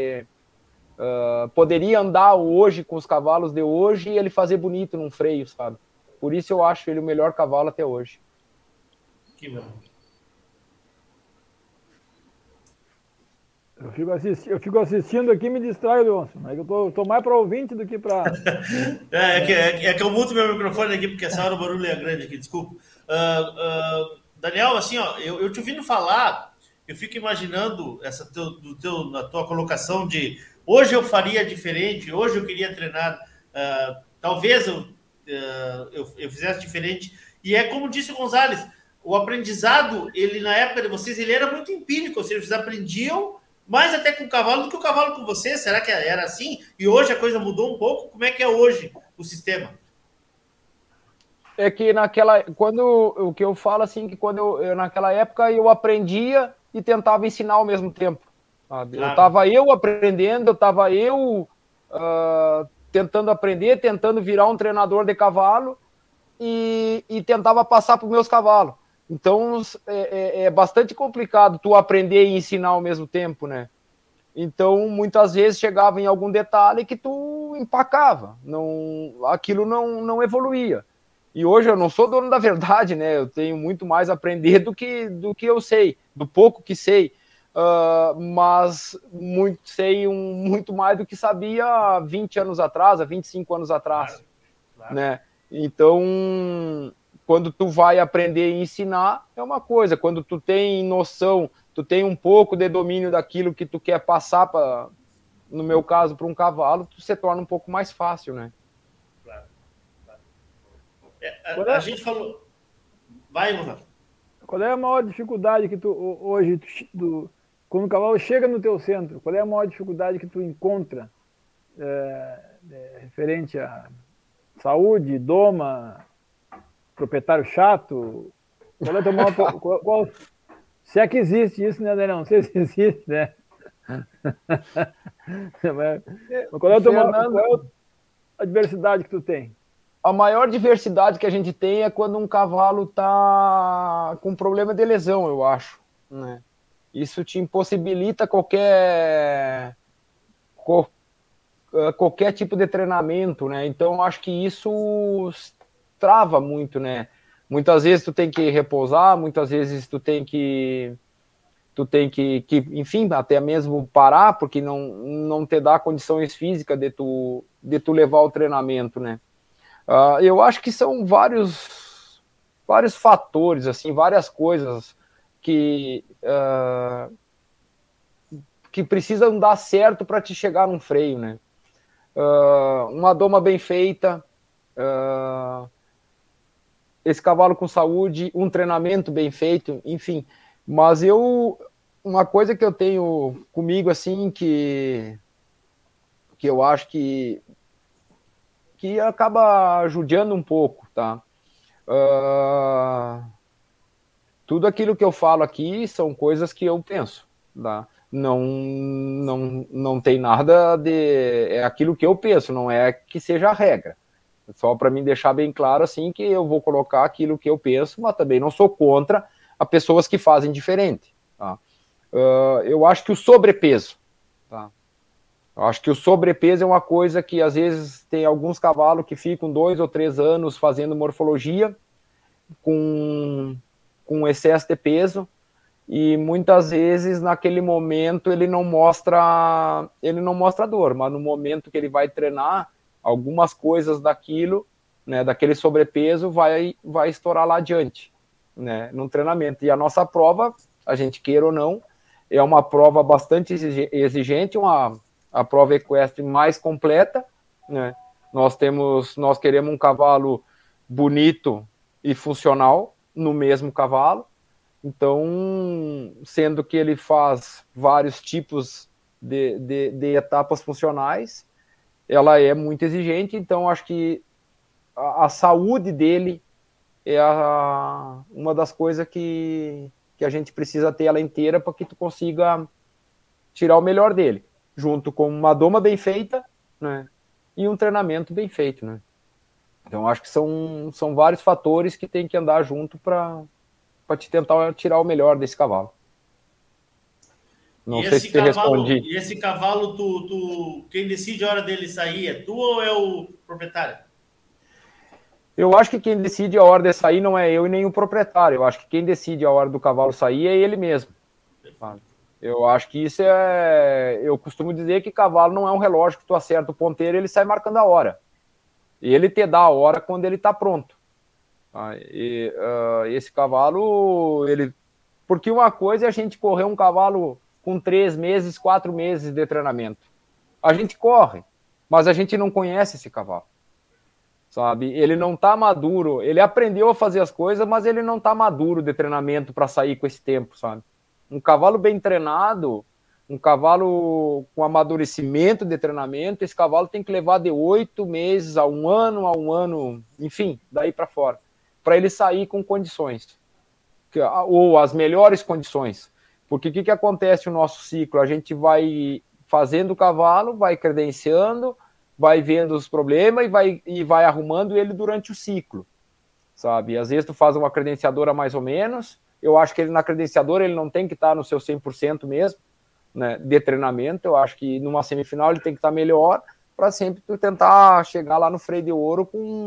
andar hoje com os cavalos de hoje e ele fazer bonito num freio, sabe? Por isso eu acho ele o melhor cavalo até hoje. Que bom. Eu fico assistindo aqui e me distraio, Leôncio. Mas eu tô mais para ouvinte do que para... é que eu muto meu microfone aqui, porque essa hora o barulho é grande aqui, desculpa. Daniel, assim, ó, eu te ouvindo falar, eu fico imaginando na tua colocação de hoje eu faria diferente, hoje eu queria treinar, talvez eu fizesse diferente. E é como disse o Gonzalez, o aprendizado, ele na época de vocês, ele era muito empírico, ou seja, vocês aprendiam mais até com o cavalo do que o cavalo com vocês. Será que era assim? E hoje a coisa mudou um pouco? Como é que é hoje o sistema? É que o que eu falo assim, que quando eu naquela época eu aprendia e tentava ensinar ao mesmo tempo. Sabe? Claro. Eu estava aprendendo, eu estava tentando aprender, tentando virar um treinador de cavalo e tentava passar para os meus cavalos. Então é bastante complicado tu aprender e ensinar ao mesmo tempo, né? Então muitas vezes chegava em algum detalhe que tu empacava, aquilo não evoluía. E hoje eu não sou dono da verdade, né? Eu tenho muito mais a aprender do que eu sei, do pouco que sei. Mas sei muito mais do que sabia há 20 anos atrás, há 25 anos atrás. Claro. Né? Então, quando tu vai aprender e ensinar, é uma coisa. Quando tu tem noção, tu tem um pouco de domínio daquilo que tu quer passar, no meu caso, para um cavalo, tu se torna um pouco mais fácil, né? A gente falou... Vai, Gonçalo. Qual é a maior dificuldade que tu hoje, quando o cavalo chega no teu centro, qual é a maior dificuldade que tu encontra referente a saúde, doma, proprietário chato? Qual é a tua maior... se é que existe isso, né, Daniel? Não sei se existe, né? Qual é a diversidade que tu tem? A maior diversidade que a gente tem é quando um cavalo está com problema de lesão, eu acho, né? Isso te impossibilita qualquer tipo de treinamento, né? Então, eu acho que isso trava muito, né? Muitas vezes tu tem que repousar, muitas vezes tu tem que enfim, até mesmo parar, porque não te dá condições físicas de tu levar o treinamento, né? Eu acho que são vários fatores, assim, várias coisas que precisam dar certo para te chegar num freio, né? Uma doma bem feita, esse cavalo com saúde, um treinamento bem feito, enfim. Mas uma coisa que eu tenho comigo, assim, que eu acho que acaba judiando um pouco, tá? Tudo aquilo que eu falo aqui são coisas que eu penso, tá? Não tem nada é aquilo que eu penso, não é que seja a regra. Só para me deixar bem claro, assim, que eu vou colocar aquilo que eu penso, mas também não sou contra as pessoas que fazem diferente, tá? Eu acho que o sobrepeso, tá? Eu acho que o sobrepeso é uma coisa que, às vezes, tem alguns cavalos que ficam 2 ou 3 anos fazendo morfologia com excesso de peso e, muitas vezes, naquele momento, ele não mostra dor, mas no momento que ele vai treinar, algumas coisas daquilo, né, daquele sobrepeso, vai estourar lá adiante, né, no treinamento. E a nossa prova, a gente queira ou não, é uma prova bastante exigente, a prova equestre mais completa, né? Nós queremos um cavalo bonito e funcional no mesmo cavalo. Então, sendo que ele faz vários tipos de etapas funcionais, ela é muito exigente. Então, acho que a saúde dele é uma das coisas que a gente precisa ter ela inteira para que tu consiga tirar o melhor dele, junto com uma doma bem feita, né, e um treinamento bem feito, né. Então, acho que são vários fatores que tem que andar junto para te tentar tirar o melhor desse cavalo. Não sei se te respondi. E esse cavalo, quem decide a hora dele sair é tu ou é o proprietário? Eu acho que quem decide a hora de sair não é eu e nem o proprietário. Eu acho que quem decide a hora do cavalo sair é ele mesmo. Eu acho que isso eu costumo dizer que cavalo não é um relógio que tu acerta o ponteiro e ele sai marcando a hora. Ele te dá a hora quando ele está pronto. Esse cavalo, porque uma coisa é a gente correr um cavalo com 3 meses, 4 meses de treinamento. A gente corre, mas a gente não conhece esse cavalo. sabe? Ele não tá maduro, ele aprendeu a fazer as coisas, mas ele não tá maduro de treinamento para sair com esse tempo, sabe? Um cavalo bem treinado, um cavalo com amadurecimento de treinamento, esse cavalo tem que levar de 8 meses a um ano, enfim, daí para fora, para ele sair com condições, ou as melhores condições. Porque o que acontece no nosso ciclo? A gente vai fazendo o cavalo, vai credenciando, vai vendo os problemas e vai arrumando ele durante o ciclo, sabe? Às vezes tu faz uma credenciadora mais ou menos, eu acho que ele na credenciadora ele não tem que estar no seu 100% mesmo, né, de treinamento. Eu acho que numa semifinal ele tem que estar melhor para sempre tu tentar chegar lá no freio de ouro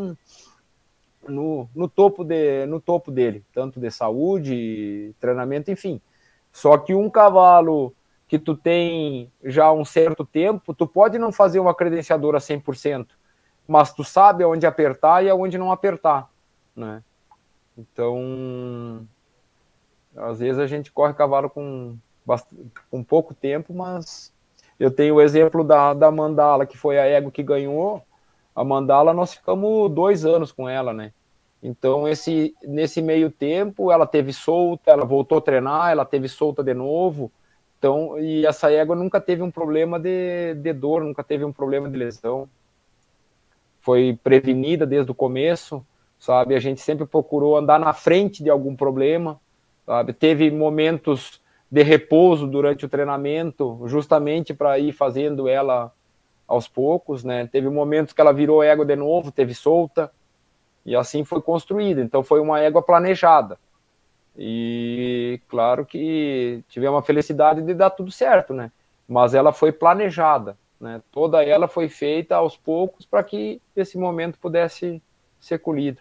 no topo dele, tanto de saúde, treinamento, enfim. Só que um cavalo que tu tem já um certo tempo, tu pode não fazer uma credenciadora 100%, mas tu sabe aonde apertar e aonde não apertar, né? Então, às vezes a gente corre cavalo com pouco tempo, mas eu tenho o exemplo da Mandala, que foi a égua que ganhou. A Mandala, nós ficamos 2 anos com ela, né? Então, nesse meio tempo, ela teve solta, ela voltou a treinar, ela teve solta de novo. Então, e essa égua nunca teve um problema de dor, nunca teve um problema de lesão. Foi prevenida desde o começo, sabe? A gente sempre procurou andar na frente de algum problema, sabe? Teve momentos de repouso durante o treinamento, justamente para ir fazendo ela aos poucos, né? Teve momentos que ela virou égua de novo, teve solta, e assim foi construída. Então foi uma égua planejada. E claro que tivemos a felicidade de dar tudo certo, né? Mas ela foi planejada, né? Toda ela foi feita aos poucos para que esse momento pudesse ser colhido.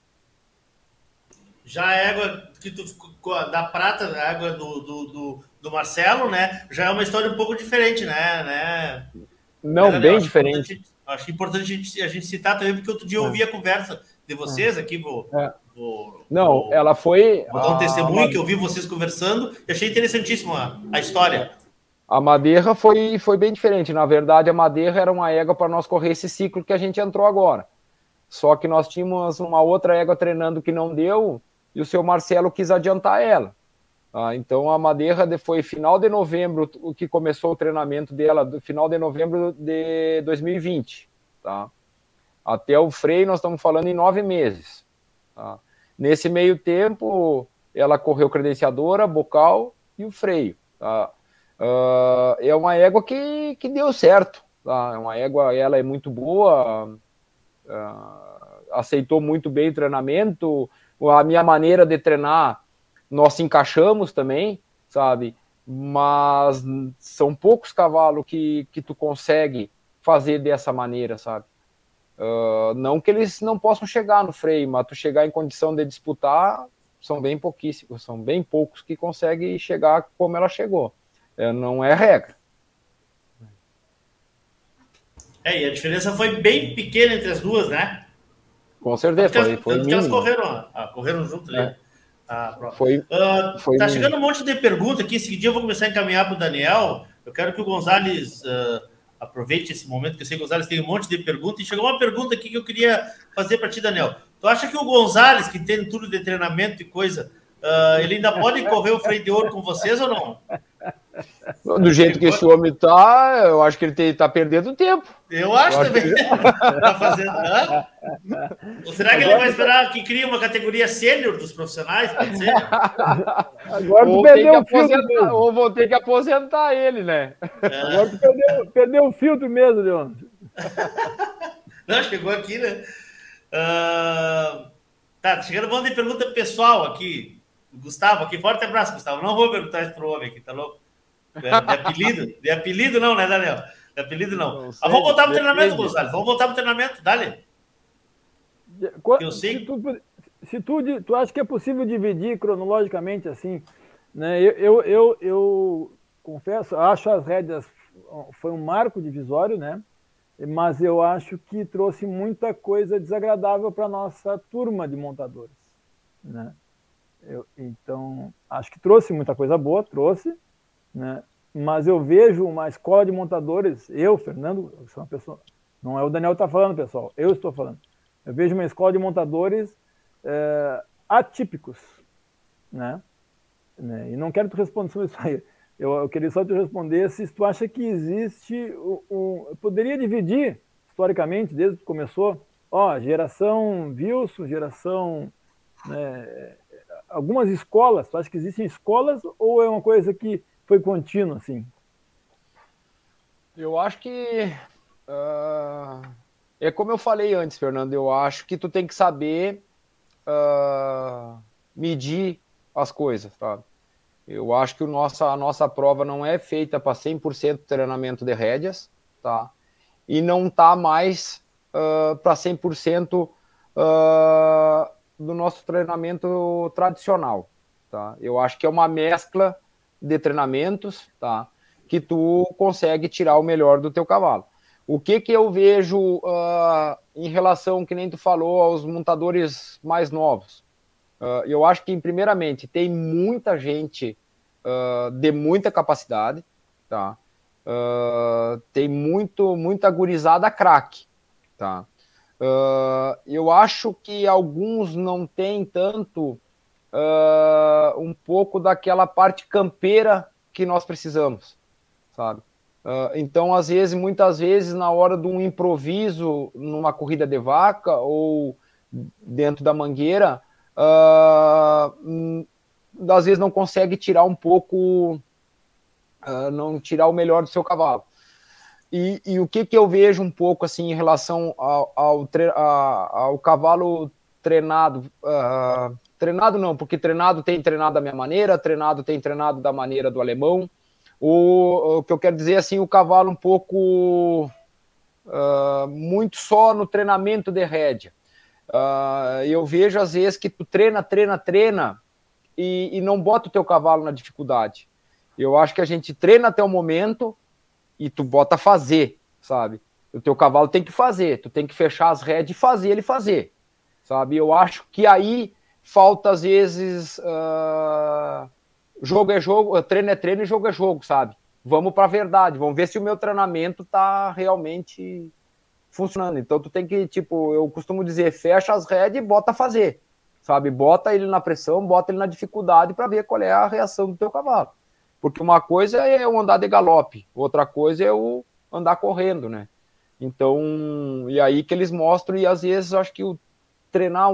Já a égua que tu da prata, a égua do Marcelo, né? Já é uma história um pouco diferente, né? Não, bem diferente. Acho importante a gente citar também, porque outro dia eu ouvi a conversa de vocês aqui, ela foi... Vou dar um testemunho que eu vi vocês conversando e achei interessantíssima a história. A Madeira foi bem diferente. Na verdade, a Madeira era uma égua para nós correr esse ciclo que a gente entrou agora. Só que nós tínhamos uma outra égua treinando que não deu e o seu Marcelo quis adiantar ela. Então, a Madeira foi final de novembro, o que começou o treinamento dela, do final de novembro de 2020. Tá? Até o freio, nós estamos falando em 9 meses. Tá? Nesse meio tempo, ela correu credenciadora, bocal e o freio. Tá? É uma égua que deu certo. Tá? É uma égua, ela é muito boa, aceitou muito bem o treinamento. A minha maneira de treinar, nós se encaixamos também, sabe? Mas são poucos cavalos que tu consegue fazer dessa maneira, sabe? Não que eles não possam chegar no freio, mas tu chegar em condição de disputar, são bem pouquíssimos, são bem poucos que conseguem chegar como ela chegou. Não é regra. E a diferença foi bem pequena entre as duas, né? Com certeza, foi que elas correram junto ali. Tá chegando um monte de pergunta aqui. Esse dia eu vou começar a encaminhar para o Daniel. Eu quero que o Gonzalez aproveite esse momento, que eu sei que o Gonzalez tem um monte de perguntas. E chegou uma pergunta aqui que eu queria fazer para ti, Daniel. Tu acha que o Gonzalez, que tem tudo de treinamento e coisa, ele ainda pode correr o freio de ouro com vocês ou não? Do jeito que esse homem tá, eu acho que ele tá perdendo tempo. Eu acho também. Tá fazendo, Ou será que ele vai esperar que crie uma categoria sênior dos profissionais? Pode ser? Agora tu perdeu o filtro. Ou vou ter que aposentar ele, né? Agora tu perdeu o filtro mesmo, Leon. Não, chegou aqui, né? Tá chegando um monte de pergunta pessoal aqui. Gustavo, aqui, forte abraço, Gustavo. Não vou perguntar isso pro homem aqui, tá louco? De apelido não, né, Daniel? De apelido não. Vamos voltar pro treinamento, Gonzalo. Vamos voltar pro treinamento, dale. Eu sei. Se tu acha que é possível dividir cronologicamente assim, né? Eu confesso, acho as rédeas foi um marco divisório, né? Mas eu acho que trouxe muita coisa desagradável para nossa turma de montadores, né? Então, acho que trouxe muita coisa boa, né? Mas eu vejo uma escola de montadores, Fernando, sou uma pessoa, não é o Daniel que está falando, pessoal, eu estou falando. Eu vejo uma escola de montadores atípicos, né? E não quero te responder sobre isso aí. Eu queria só te responder se tu acha que existe eu poderia dividir historicamente, desde que começou, geração Wilson, geração... algumas escolas, tu acha que existem escolas ou é uma coisa que foi contínua, assim? Eu acho que... é como eu falei antes, Fernando, eu acho que tu tem que saber medir as coisas, sabe? Eu acho que a nossa prova não é feita para 100% treinamento de rédeas, tá? E não está mais para 100% do nosso treinamento tradicional, tá? Eu acho que é uma mescla de treinamentos, tá? Que tu consegue tirar o melhor do teu cavalo. O que eu vejo em relação, que nem tu falou, aos montadores mais novos? Eu acho que, primeiramente, tem muita gente de muita capacidade, tá? Tem muita gurizada craque, tá? Eu acho que alguns não têm tanto um pouco daquela parte campeira que nós precisamos, sabe? Então, muitas vezes, na hora de um improviso numa corrida de vaca ou dentro da mangueira, às vezes não consegue tirar um pouco, não tirar o melhor do seu cavalo. E o que eu vejo um pouco assim em relação ao cavalo treinado, treinado não, porque treinado tem treinado da minha maneira, treinado tem treinado da maneira do alemão. O que eu quero dizer assim, o cavalo um pouco muito só no treinamento de rédea. Eu vejo às vezes que tu treina e não bota o teu cavalo na dificuldade. Eu acho que a gente treina até o momento e tu bota a fazer, sabe? O teu cavalo tem que fazer, tu tem que fechar as rédeas e fazer ele fazer, sabe? Eu acho que aí falta às vezes jogo é jogo, treino é treino e jogo é jogo, sabe? Vamos para a verdade, vamos ver se o meu treinamento tá realmente funcionando. Então tu tem que, eu costumo dizer, fecha as rédeas e bota a fazer, sabe? Bota ele na pressão, bota ele na dificuldade para ver qual é a reação do teu cavalo. Porque uma coisa é eu andar de galope, outra coisa é eu andar correndo, né? Então, e aí que eles mostram, e às vezes eu acho que o treinar,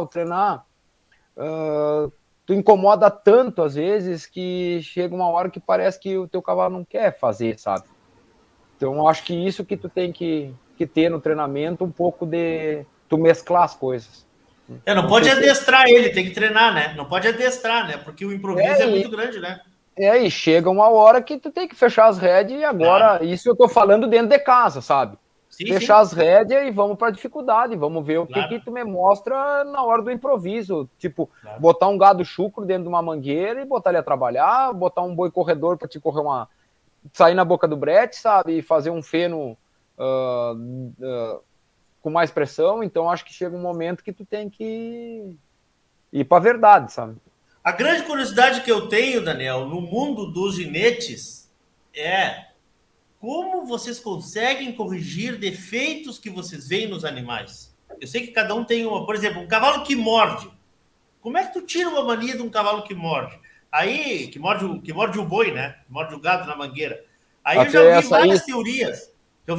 tu incomoda tanto às vezes que chega uma hora que parece que o teu cavalo não quer fazer, sabe? Então, eu acho que isso que tu tem que ter no treinamento, um pouco de tu mesclar as coisas. Não pode adestrar ele, tem que treinar, né? Não pode adestrar, né? Porque o improviso é muito grande, né? E chega uma hora que tu tem que fechar as rédeas e agora, isso eu tô falando dentro de casa, sabe? Fechar as rédeas e vamos para dificuldade, vamos ver o que tu me mostra na hora do improviso, botar um gado chucro dentro de uma mangueira e botar ele a trabalhar, botar um boi corredor para te correr sair na boca do brete, sabe? E fazer um feno com mais pressão. Então acho que chega um momento que tu tem que ir para a verdade, sabe? A grande curiosidade que eu tenho, Daniel, no mundo dos ginetes é como vocês conseguem corrigir defeitos que vocês veem nos animais. Eu sei que cada um tem por exemplo, um cavalo que morde. Como é que tu tira uma mania de um cavalo que morde? Aí, que morde o boi, né? Que morde o gado na mangueira. Aí eu já ouvi várias teorias.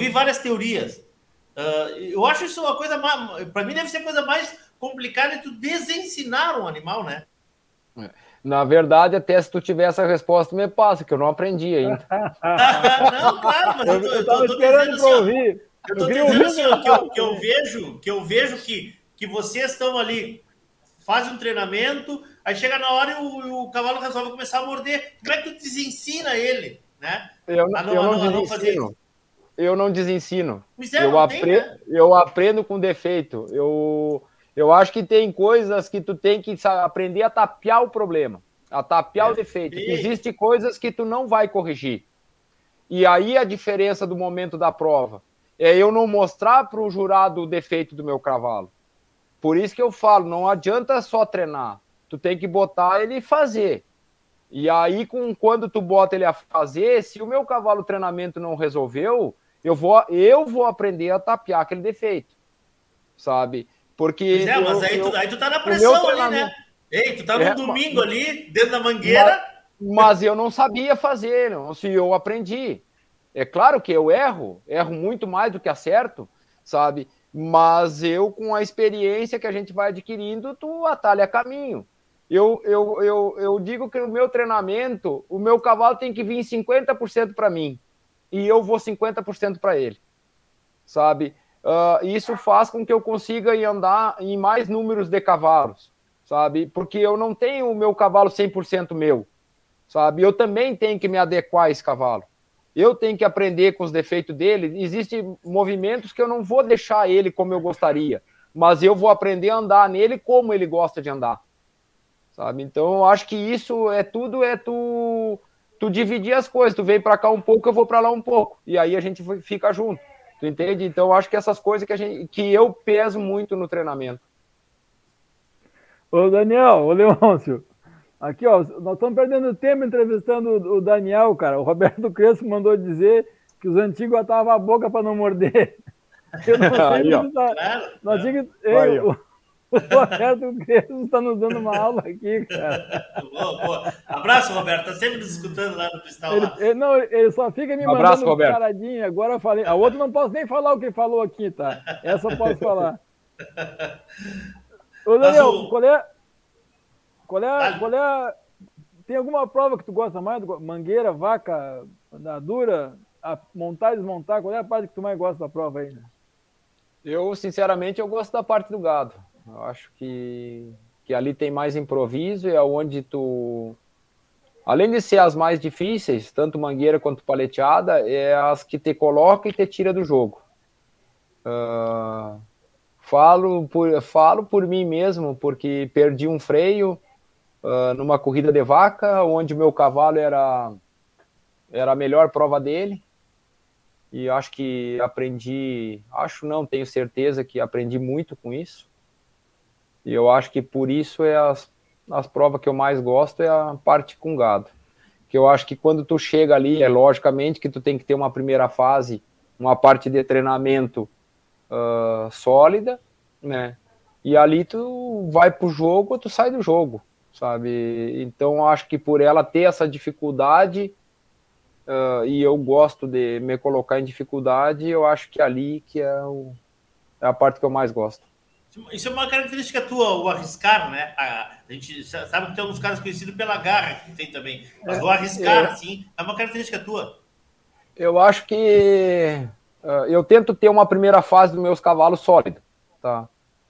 Eu acho isso uma coisa, para mim deve ser a coisa mais complicada de tu desensinar um animal, né? Na verdade, até se tu tiver essa resposta, me passa, que eu não aprendi ainda. Não, claro, mas eu tô esperando para ouvir. Eu tô dizendo assim, que eu vejo que vocês estão ali, fazem um treinamento, aí chega na hora e o cavalo resolve começar a morder. Como é que tu desensina ele, né? Eu não desensino. Eu aprendo com defeito. Eu acho que tem coisas que tu tem que aprender a tapear o problema, a tapear o defeito. Existem coisas que tu não vai corrigir. E aí a diferença do momento da prova é eu não mostrar para o jurado o defeito do meu cavalo. Por isso que eu falo, não adianta só treinar. Tu tem que botar ele fazer. E aí, quando tu bota ele a fazer, se o meu cavalo treinamento não resolveu, eu vou aprender a tapear aquele defeito, sabe? Porque mas aí tu tá na pressão ali, né? Ei, tu tá no domingo ali, dentro da mangueira. Mas eu não sabia fazer, se eu aprendi. É claro que eu erro muito mais do que acerto, sabe? Mas eu, com a experiência que a gente vai adquirindo, tu atalha caminho. Eu digo que no meu treinamento, o meu cavalo tem que vir 50% para mim e eu vou 50% para ele, sabe? Isso faz com que eu consiga andar em mais números de cavalos, sabe? Porque eu não tenho o meu cavalo 100% meu, sabe? Eu também tenho que me adequar a esse cavalo. Eu tenho que aprender com os defeitos dele. Existem movimentos que eu não vou deixar ele como eu gostaria, mas eu vou aprender a andar nele como ele gosta de andar, sabe? Então, eu acho que isso é tudo, tu dividir as coisas. Tu vem para cá um pouco, eu vou para lá um pouco. E aí a gente fica junto. Tu entende? Então, eu acho que essas coisas que eu peso muito no treinamento. Ô, Daniel, ô, Leôncio, aqui, ó, nós estamos perdendo tempo entrevistando o Daniel, cara. O Roberto Crespo mandou dizer que os antigos atavam a boca para não morder. Eu não sei aí, ó. O Roberto Crespo está nos dando uma aula aqui, cara. Boa. Abraço, Roberto. Tá sempre nos escutando lá no cristal. Ele só fica me mandando paradinha. Agora eu falei. A outra não posso nem falar o que ele falou aqui, tá? Essa eu posso falar. Ô, Daniel, qual é? Tem alguma prova que tu gosta mais? Mangueira, vaca, andadura, montar e desmontar? Qual é a parte que tu mais gosta da prova aí? Né? Eu, sinceramente, eu gosto da parte do gado. Eu acho que ali tem mais improviso e é onde tu... Além de ser as mais difíceis, tanto mangueira quanto paleteada, é as que te coloca e te tira do jogo. Falo por mim mesmo, porque perdi um freio numa corrida de vaca, onde o meu cavalo era a melhor prova dele. E acho que tenho certeza que aprendi muito com isso. E eu acho que por isso as provas que eu mais gosto é a parte com gado. Que eu acho que quando tu chega ali, logicamente que tu tem que ter uma primeira fase, uma parte de treinamento sólida, né? E ali tu vai pro jogo ou tu sai do jogo, sabe? Então eu acho que por ela ter essa dificuldade, e eu gosto de me colocar em dificuldade, eu acho que ali que é a parte que eu mais gosto. Isso é uma característica tua, o arriscar, né? A gente sabe que tem alguns caras conhecidos pela garra, que tem também. Mas o arriscar, assim, é uma característica tua. Eu acho que eu tento ter uma primeira fase dos meus cavalos sólida, tá?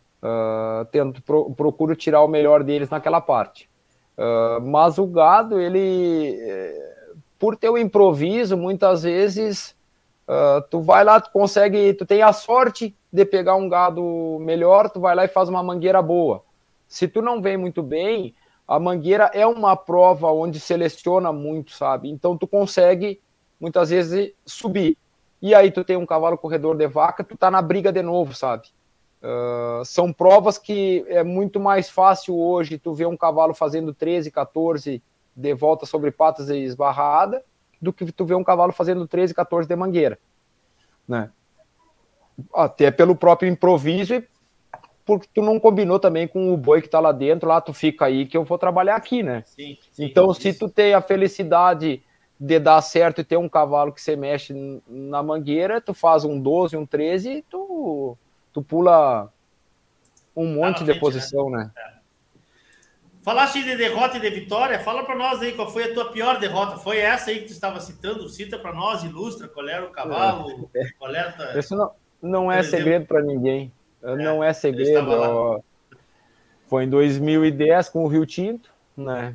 Procuro tirar o melhor deles naquela parte. Mas o gado, ele... por ter o improviso, muitas vezes tu vai lá, tu tem a sorte de pegar um gado melhor, tu vai lá e faz uma mangueira boa. Se tu não vem muito bem, a mangueira é uma prova onde seleciona muito, sabe? Então tu consegue, muitas vezes, subir. E aí tu tem um cavalo corredor de vaca, tu tá na briga de novo, sabe? São provas que é muito mais fácil hoje tu ver um cavalo fazendo 13, 14 de volta sobre patas e esbarrada, do que tu vê um cavalo fazendo 13, 14 de mangueira, né? Até pelo próprio improviso e porque tu não combinou também com o boi que tá lá dentro, lá tu fica aí que eu vou trabalhar aqui, né? Sim, então, se tu tem a felicidade de dar certo e ter um cavalo que se mexe na mangueira, tu faz um 12, um 13 e tu pula um monte de posição, né? Falaste de derrota e de vitória, fala para nós aí qual foi a tua pior derrota. Foi essa aí que tu estava citando? Cita para nós, ilustra qual era o cavalo, qual era a tua... Isso não é segredo para ninguém. Não é segredo. Foi em 2010 com o Rio Tinto, né?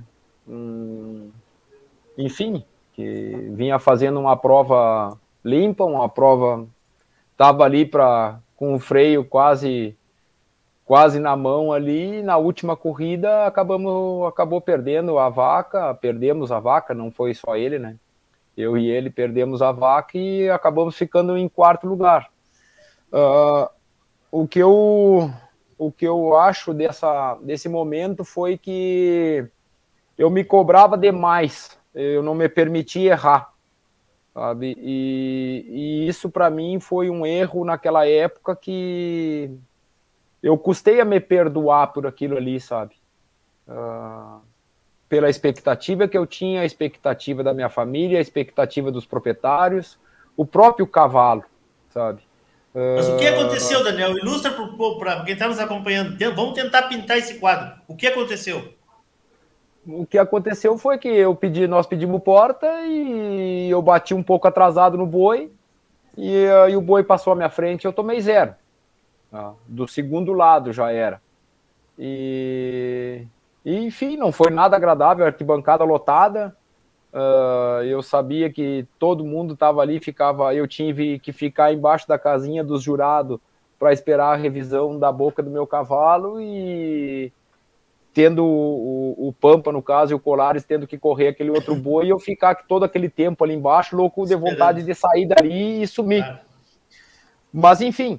Enfim, que vinha fazendo uma prova limpa, uma prova... Estava ali com o freio quase na mão ali, na última corrida acabou perdemos a vaca, não foi só ele, né? Eu e ele perdemos a vaca e acabamos ficando em quarto lugar. O que eu acho desse momento foi que eu me cobrava demais, eu não me permitia errar, sabe? E isso para mim foi um erro naquela época que eu custei a me perdoar por aquilo ali, sabe? Pela expectativa que eu tinha, a expectativa da minha família, a expectativa dos proprietários, o próprio cavalo, sabe? Mas o que aconteceu, Daniel? Ilustra para quem está nos acompanhando. Vamos tentar pintar esse quadro. O que aconteceu? O que aconteceu foi que nós pedimos porta e eu bati um pouco atrasado no boi e o boi passou à minha frente e eu tomei 0. Do segundo lado já era. E enfim, não foi nada agradável, arquibancada lotada. Eu sabia que todo mundo estava ali, eu tive que ficar embaixo da casinha dos jurados para esperar a revisão da boca do meu cavalo e tendo o Pampa, no caso, e o Colares tendo que correr aquele outro boi e eu ficar todo aquele tempo ali embaixo, louco de vontade de sair dali e sumir. Mas enfim,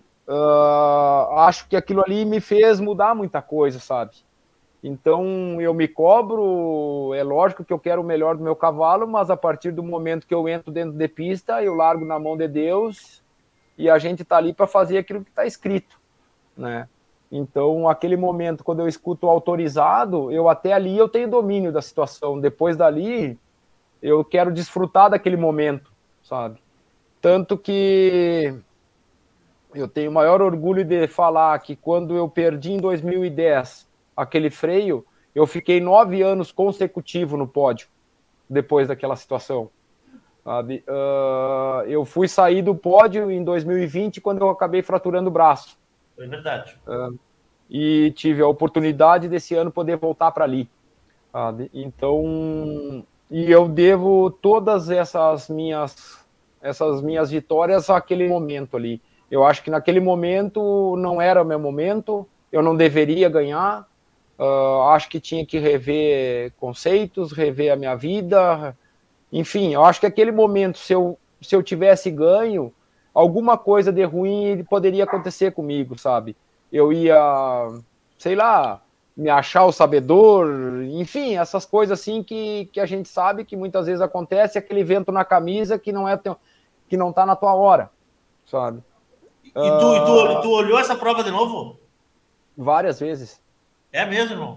acho que aquilo ali me fez mudar muita coisa, sabe? Então, eu me cobro, é lógico que eu quero o melhor do meu cavalo, mas a partir do momento que eu entro dentro de pista, eu largo na mão de Deus e a gente está ali para fazer aquilo que está escrito, né? Então, aquele momento, quando eu escuto o autorizado, até ali eu tenho domínio da situação. Depois dali, eu quero desfrutar daquele momento, sabe? Tanto que eu tenho o maior orgulho de falar que quando eu perdi em 2010 aquele freio, eu fiquei 9 anos consecutivos no pódio, depois daquela situação, sabe? Eu fui sair do pódio em 2020, quando eu acabei fraturando o braço. É verdade. E tive a oportunidade desse ano poder voltar para ali, sabe? Então, e eu devo todas essas minhas vitórias àquele momento ali. Eu acho que naquele momento não era o meu momento, eu não deveria ganhar. Acho que tinha que rever conceitos, rever a minha vida, enfim, eu acho que aquele momento, se eu tivesse ganho, alguma coisa de ruim poderia acontecer comigo, sabe? Eu ia, sei lá, me achar o sabedor, enfim, essas coisas assim que a gente sabe que muitas vezes acontece, aquele vento na camisa que não tá na tua hora, sabe? E tu olhou essa prova de novo? Várias vezes. É mesmo, irmão?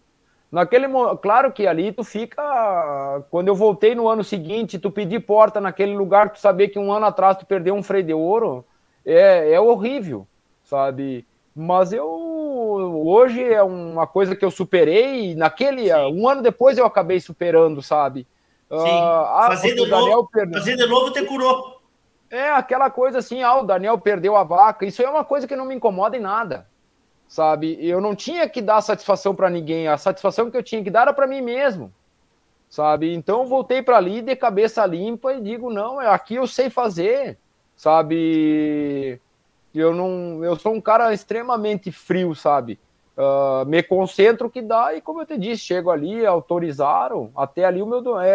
Claro que ali tu fica... Quando eu voltei no ano seguinte, tu pedir porta naquele lugar, tu saber que um ano atrás tu perdeu um freio de ouro, é horrível, sabe? Mas hoje é uma coisa que eu superei, um ano depois eu acabei superando, sabe? Fazer de novo te curou. É aquela coisa assim, o Daniel perdeu a vaca, isso é uma coisa que não me incomoda em nada. Sabe, eu não tinha que dar satisfação para ninguém, a satisfação que eu tinha que dar era para mim mesmo, sabe? Então eu voltei para ali de cabeça limpa e digo, não, aqui eu sei fazer, sabe? Eu sou um cara extremamente frio, sabe? Me concentro que dá e, como eu te disse, chego ali, autorizaram, até ali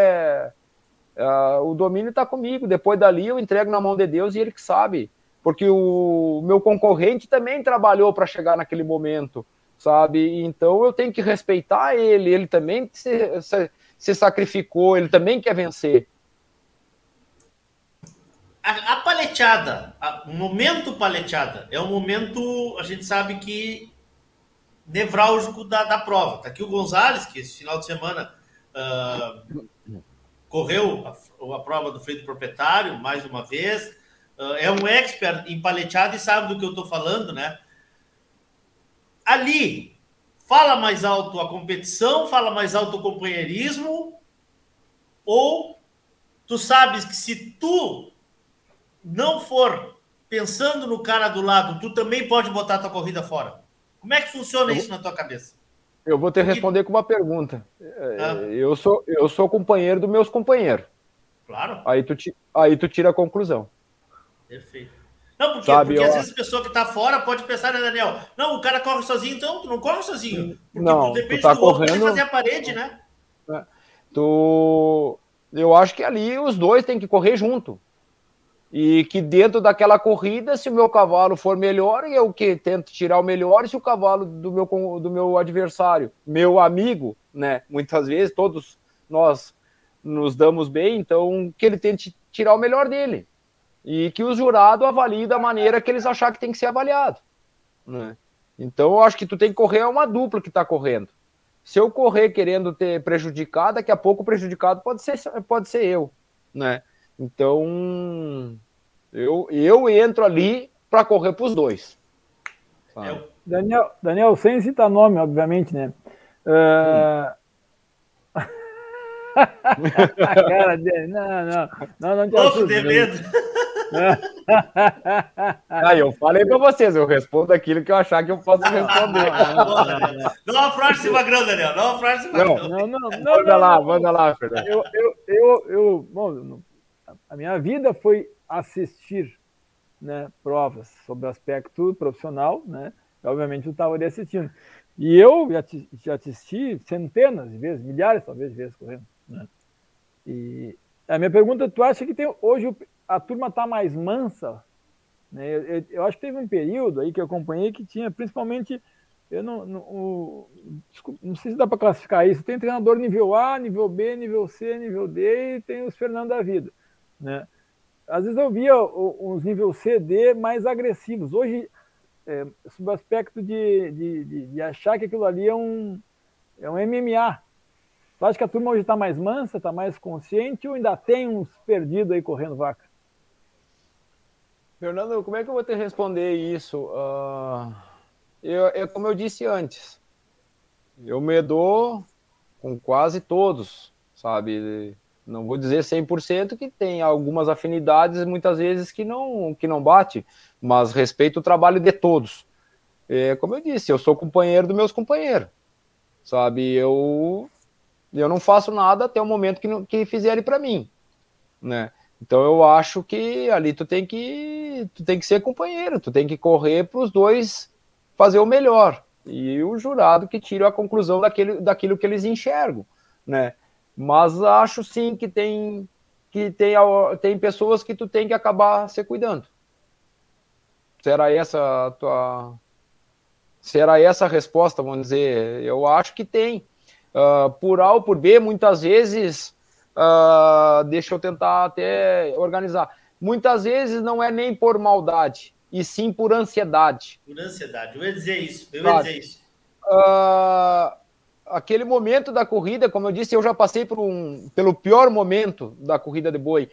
o domínio está comigo, depois dali eu entrego na mão de Deus e ele que sabe. Porque o meu concorrente também trabalhou para chegar naquele momento, sabe? Então eu tenho que respeitar ele também se sacrificou, ele também quer vencer. A paleteada, o momento paleteada, é um momento, a gente sabe que nevrálgico da prova. Tá aqui o Gonzalez, que esse final de semana correu a prova do freio do proprietário, mais uma vez. É um expert em paleteada e sabe do que eu estou falando, né? Ali, fala mais alto a competição, fala mais alto o companheirismo, ou tu sabes que se tu não for pensando no cara do lado, tu também pode botar a tua corrida fora? Como é que funciona isso na tua cabeça? Eu vou te responder com uma pergunta. Eu sou companheiro dos meus companheiros. Claro. Aí tu tira a conclusão. Perfeito. Não, porque às vezes a pessoa que tá fora pode pensar, né, Daniel? Não, o cara corre sozinho, então tu não corre sozinho. Porque não, tu depende tá do outro correndo... pra fazer a parede, né? Eu acho que ali os dois têm que correr junto. E que dentro daquela corrida, se o meu cavalo for melhor, eu que tento tirar o melhor, e se o cavalo do meu adversário, meu amigo, né? Muitas vezes todos nós nos damos bem, então que ele tente tirar o melhor dele. E que o jurado avalie da maneira que eles acharem que tem que ser avaliado, né? Então, eu acho que tu tem que correr uma dupla que tá correndo. Se eu correr querendo ter prejudicado, daqui a pouco o prejudicado pode ser eu, né? Então, eu entro ali para correr para os dois. Daniel, sem citar nome, obviamente, né? A cara dele, não te assusta. Eu falei para vocês, eu respondo aquilo que eu achar que eu posso responder. Não afroche esse magrão, Daniel, não afroche esse magrão. Manda lá, Fernando. Bom, a minha vida foi assistir, né, provas sobre o aspecto profissional, né? Obviamente eu estava ali assistindo. E eu já assisti centenas de vezes, milhares talvez de vezes correndo, né? E a minha pergunta, tu acha que hoje a turma está mais mansa? Né? Eu acho que teve um período aí que eu acompanhei que tinha principalmente, eu não sei se dá para classificar isso, tem treinador nível A, nível B, nível C, nível D e tem os Fernando da vida, né? Às vezes eu via uns nível C, D mais agressivos. Hoje, sob o aspecto de achar que aquilo ali é um MMA. Tu acha que a turma hoje está mais mansa, está mais consciente ou ainda tem uns perdidos aí correndo vaca? Fernando, como é que eu vou te responder isso? Como eu disse antes, eu me dou com quase todos, sabe? Não vou dizer 100%, que tem algumas afinidades, muitas vezes, que não bate, mas respeito o trabalho de todos. Como eu disse, eu sou companheiro dos meus companheiros, sabe? Eu não faço nada até o momento que fizerem para mim, né? Então eu acho que ali tu tem que ser companheiro, tu tem que correr para os dois fazer o melhor. E o jurado que tire a conclusão daquilo que eles enxergam, né? Mas acho sim que tem pessoas que tu tem que acabar se cuidando. Será essa a resposta, vamos dizer? Eu acho que tem. Por A ou por B, muitas vezes, deixa eu tentar até organizar. Muitas vezes não é nem por maldade, e sim por ansiedade. Por ansiedade, eu ia dizer isso. Aquele momento da corrida, como eu disse, eu já passei pelo pior momento da corrida de boi.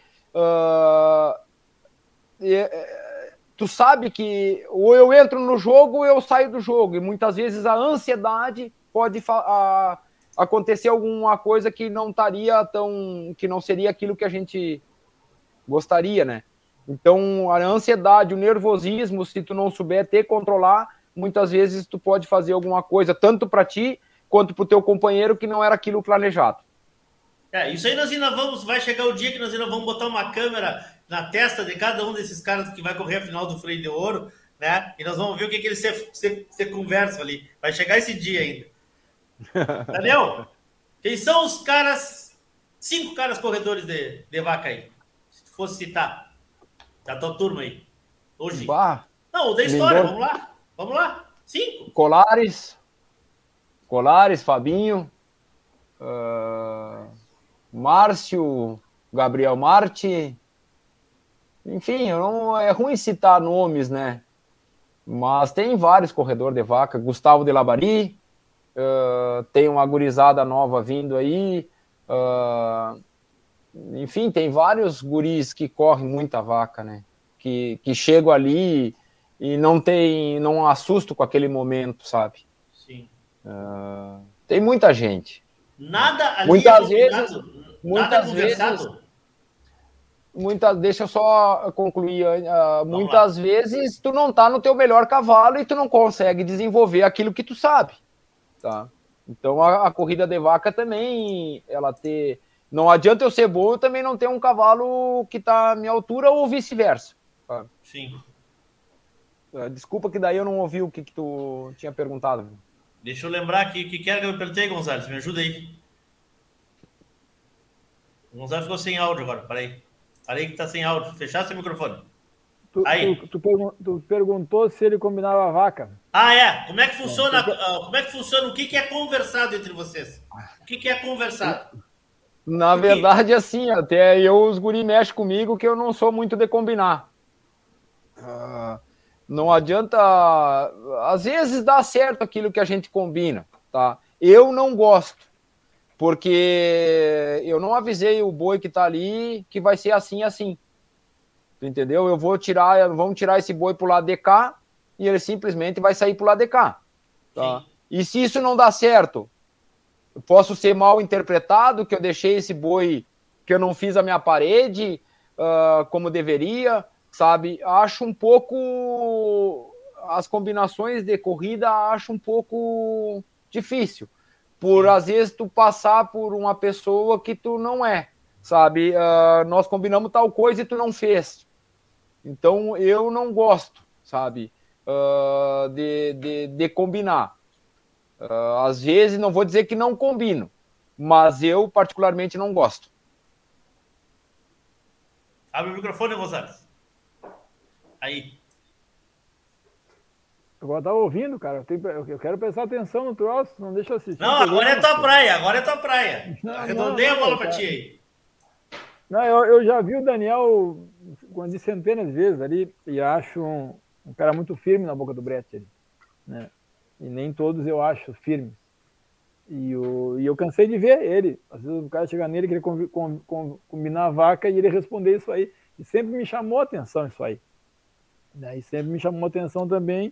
Tu sabe que ou eu entro no jogo ou eu saio do jogo, e muitas vezes a ansiedade pode acontecer alguma coisa que não seria aquilo que a gente gostaria, né? Então, a ansiedade, o nervosismo, se tu não souber controlar, muitas vezes tu pode fazer alguma coisa, tanto para ti, quanto para o teu companheiro, que não era aquilo planejado. Isso aí nós ainda vai chegar o dia que nós ainda vamos botar uma câmera na testa de cada um desses caras que vai correr a final do Freio de Ouro, né? E nós vamos ver o que eles se conversam ali. Vai chegar esse dia ainda. Daniel, quem são os 5 caras corredores de vaca aí? Se tu fosse citar da tua turma aí, hoje. Não, o da história, vamos lá. 5. Colares, Fabinho, Márcio, Gabriel Marte, enfim, é ruim citar nomes, né? Mas tem vários corredores de vaca, Gustavo de Labari, tem uma gurizada nova vindo aí, enfim, tem vários guris que correm muita vaca, né? Que chegam ali e não assusto com aquele momento, sabe? Sim. Tem muita gente. Nada ali muitas vezes, deixa eu só concluir. Muitas vezes tu não tá no teu melhor cavalo e tu não consegue desenvolver aquilo que tu sabe, tá? Então a corrida de vaca também, não adianta eu ser bom, eu também não ter um cavalo que tá à minha altura ou vice-versa. Tá? Sim. Desculpa que daí eu não ouvi o que tu tinha perguntado. Deixa eu lembrar aqui o que era que eu perguntei, Gonzalez. Me ajuda aí. O Gonzalez ficou sem áudio agora. Parei que tá sem áudio. Fechasse o microfone. Tu perguntou se ele combinava a vaca. Como é que funciona? Como é que funciona? O que é conversado entre vocês? O que é conversado? Na verdade, assim, até os guri mexem comigo que eu não sou muito de combinar. Não adianta, às vezes dá certo aquilo que a gente combina, tá? Eu não gosto, porque eu não avisei o boi que tá ali que vai ser assim, assim. Entendeu? Vamos tirar esse boi pro lado de cá e ele simplesmente vai sair pro lado de cá. Tá? E se isso não dá certo, eu posso ser mal interpretado, que eu deixei esse boi, que eu não fiz a minha parede como deveria, sabe? Acho um pouco... As combinações de corrida acho um pouco difícil. Às vezes, tu passar por uma pessoa que tu não é, sabe? Nós combinamos tal coisa e tu não fez. Então, eu não gosto, sabe? De combinar. Às vezes, não vou dizer que não combino, mas eu, particularmente, não gosto. Abre o microfone, Rosales. Aí. Agora eu tava ouvindo, cara. Eu quero prestar atenção no troço, não deixa eu assistir. Não, agora é tua praia. Arredondei a bola pra ti aí. Não, eu já vi o Daniel de centenas de vezes ali e acho um cara muito firme na boca do brete ali, né? E nem todos eu acho firmes. E eu cansei de ver ele. Às vezes o cara chega nele, querer combinar a vaca e ele responder isso aí. E sempre me chamou a atenção isso aí. E sempre me chamou a atenção também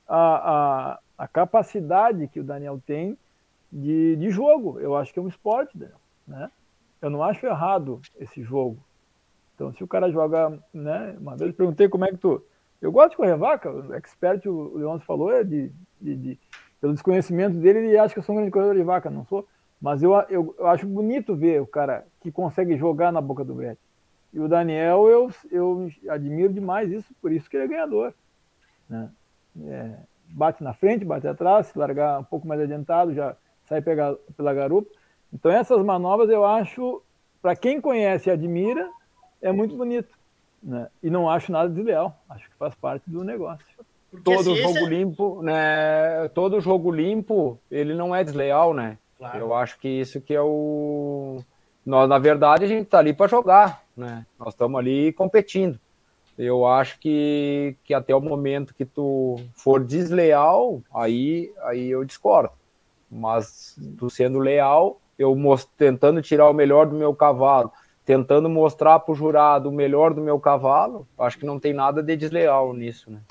a capacidade que o Daniel tem de jogo. Eu acho que é um esporte, Daniel, né? Eu não acho errado esse jogo. Então, se o cara joga, né? Uma vez eu perguntei como é que tu... Eu gosto de correr vaca, o expert, o Leôncio falou, pelo desconhecimento dele, ele acha que eu sou um grande corredor de vaca, não sou. Mas eu acho bonito ver o cara que consegue jogar na boca do brete. E o Daniel, eu admiro demais isso, por isso que ele é ganhador, né? Bate na frente, bate atrás, se largar um pouco mais adiantado, já sai pela garupa. Então essas manobras eu acho, para quem conhece e admira, é muito bonito, né? E não acho nada desleal, acho que faz parte do negócio. Todo jogo limpo, né? Todo jogo limpo, ele não é desleal, né? Claro. Eu acho que isso que é o... Nós, na verdade, a gente tá ali para jogar, né? Nós estamos ali competindo. Eu acho que até o momento que tu for desleal, aí eu discordo. Mas tu sendo leal, eu tentando tirar o melhor do meu cavalo, tentando mostrar para o jurado o melhor do meu cavalo, acho que não tem nada de desleal nisso, né?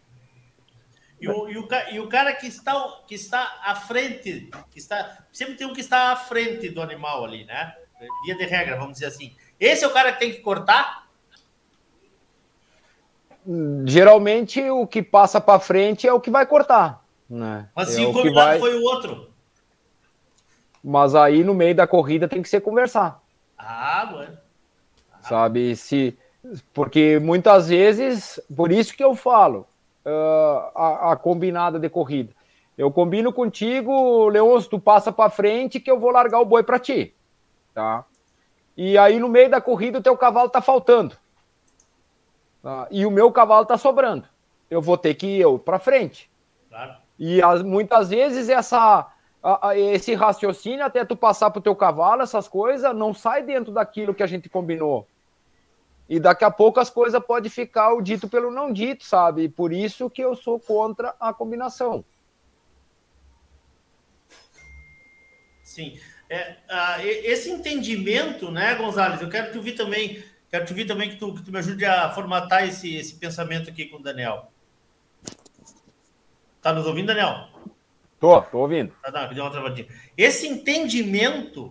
E o cara que está à frente, sempre tem um que está à frente do animal ali, né? Via de regra, vamos dizer assim. Esse é o cara que tem que cortar? Geralmente o que passa para frente é o que vai cortar, né? Mas se o combinado foi o outro? Mas aí no meio da corrida tem que ser conversar. Mano. Sabe? Porque muitas vezes, por isso que eu falo, a combinada de corrida. Eu combino contigo, Leôncio, tu passa para frente que eu vou largar o boi para ti. Tá? E aí no meio da corrida o teu cavalo tá faltando. Tá? E o meu cavalo tá sobrando. Eu vou ter que ir para frente. Claro. E muitas vezes esse raciocínio, até tu passar pro teu cavalo, essas coisas, não sai dentro daquilo que a gente combinou. E daqui a pouco as coisas podem ficar o dito pelo não dito, sabe? Por isso que eu sou contra a combinação. Sim. Esse entendimento, né, Gonzalez? Eu quero te ouvir também que tu me ajude a formatar esse pensamento aqui com o Daniel. Tá nos ouvindo, Daniel? Tô ouvindo. Deu uma travadinha. Esse entendimento,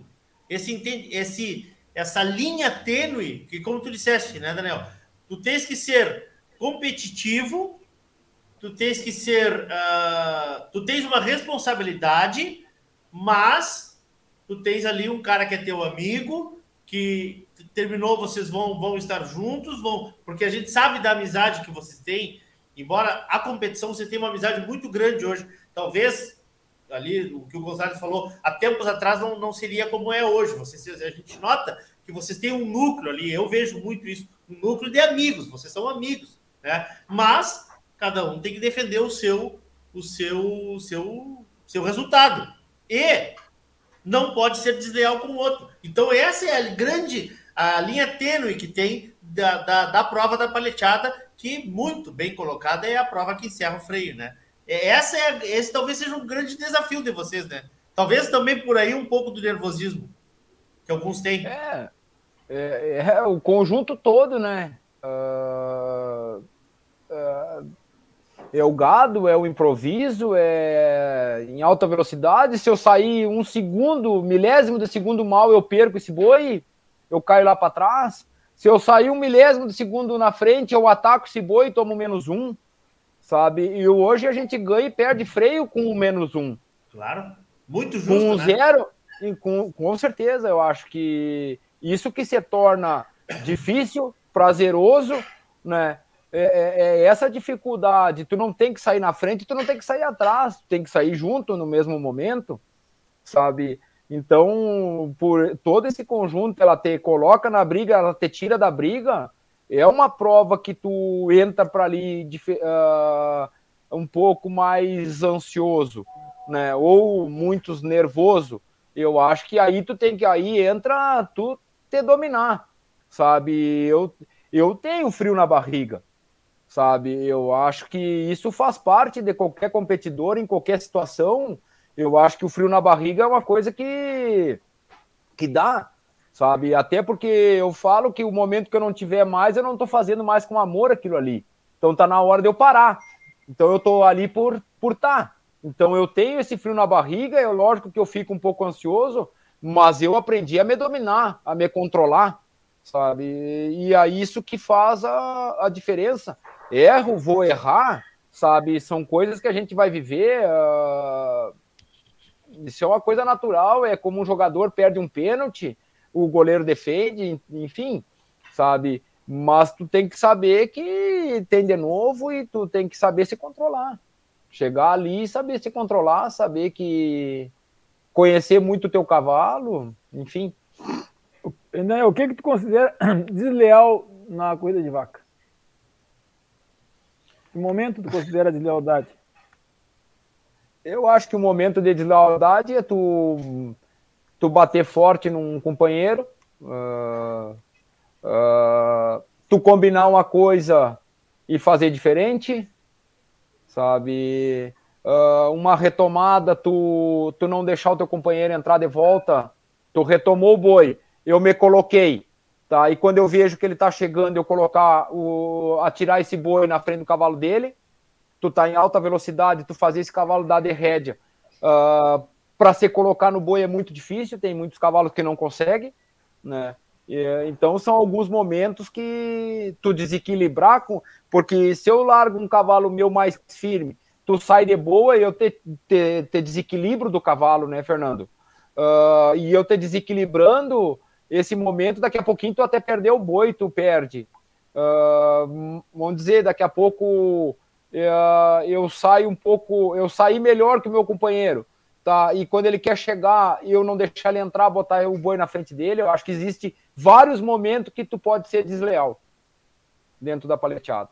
essa linha tênue, que como tu disseste, né, Daniel? Tu tens que ser competitivo, tu tens que ser... tu tens uma responsabilidade, mas tu tens ali um cara que é teu amigo, que terminou, vocês vão estar juntos, porque a gente sabe da amizade que vocês têm, embora a competição você tem uma amizade muito grande hoje. Talvez, ali, o que o Gonzalez falou, há tempos atrás não seria como é hoje. A gente nota que vocês têm um núcleo ali, eu vejo muito isso, um núcleo de amigos, vocês são amigos, né? Mas cada um tem que defender o seu resultado. E não pode ser desleal com o outro. Então essa é a linha tênue que tem da prova da paleteada, que, muito bem colocada, é a prova que encerra o freio, né? Esse talvez seja um grande desafio de vocês, né? Talvez também por aí um pouco do nervosismo que alguns têm. É o conjunto todo, né? É o gado, é o improviso, é em alta velocidade. Se eu sair um segundo, milésimo de segundo mal, eu perco esse boi, eu caio lá para trás. Se eu sair um milésimo de segundo na frente, eu ataco esse boi e tomo -1, sabe? E hoje a gente ganha e perde freio com o -1. Claro, muito justo, com né? 0, com certeza, eu acho que isso que se torna difícil, prazeroso, né? Essa dificuldade. Tu não tem que sair na frente, tu não tem que sair atrás, tu tem que sair junto no mesmo momento, sabe? Então, por todo esse conjunto, ela te coloca na briga, ela te tira da briga, é uma prova que tu entra para ali um pouco mais ansioso, né? Ou muito nervoso. Eu acho que aí entra tu te dominar, sabe? Eu tenho frio na barriga, sabe? Eu acho que isso faz parte de qualquer competidor, em qualquer situação. Eu acho que o frio na barriga é uma coisa que dá, sabe? Até porque eu falo que o momento que eu não tiver mais, eu não tô fazendo mais com amor aquilo ali. Então tá na hora de eu parar. Então eu tô ali por tá. Então eu tenho esse frio na barriga, é lógico que eu fico um pouco ansioso, mas eu aprendi a me dominar, a me controlar, sabe? E é isso que faz a diferença. Erro, vou errar, sabe? São coisas que a gente vai viver. Isso é uma coisa natural, é como um jogador perde um pênalti, o goleiro defende, enfim, sabe? Mas tu tem que saber que tem de novo e tu tem que saber se controlar. Chegar ali e saber se controlar, saber que conhecer muito o teu cavalo, enfim. O que tu considera desleal na corrida de vaca? Que momento tu considera deslealdade? Eu acho que o momento de deslealdade é tu bater forte num companheiro, tu combinar uma coisa e fazer diferente, sabe? Uma retomada, tu não deixar o teu companheiro entrar de volta, tu retomou o boi, eu me coloquei, tá? E quando eu vejo que ele tá chegando, eu atirar esse boi na frente do cavalo dele, tu tá em alta velocidade, tu fazer esse cavalo dar de rédea, para se colocar no boi é muito difícil, tem muitos cavalos que não conseguem, né? Então são alguns momentos que tu desequilibrar, porque se eu largo um cavalo meu mais firme, tu sai de boa e eu te desequilibro do cavalo, né, Fernando? E eu te desequilibrando esse momento, daqui a pouquinho tu até perdeu o boi, tu perde. Vamos dizer, daqui a pouco eu saí melhor que o meu companheiro, tá? E quando ele quer chegar e eu não deixar ele entrar, botar o boi na frente dele, eu acho que existe vários momentos que tu pode ser desleal dentro da paleteada.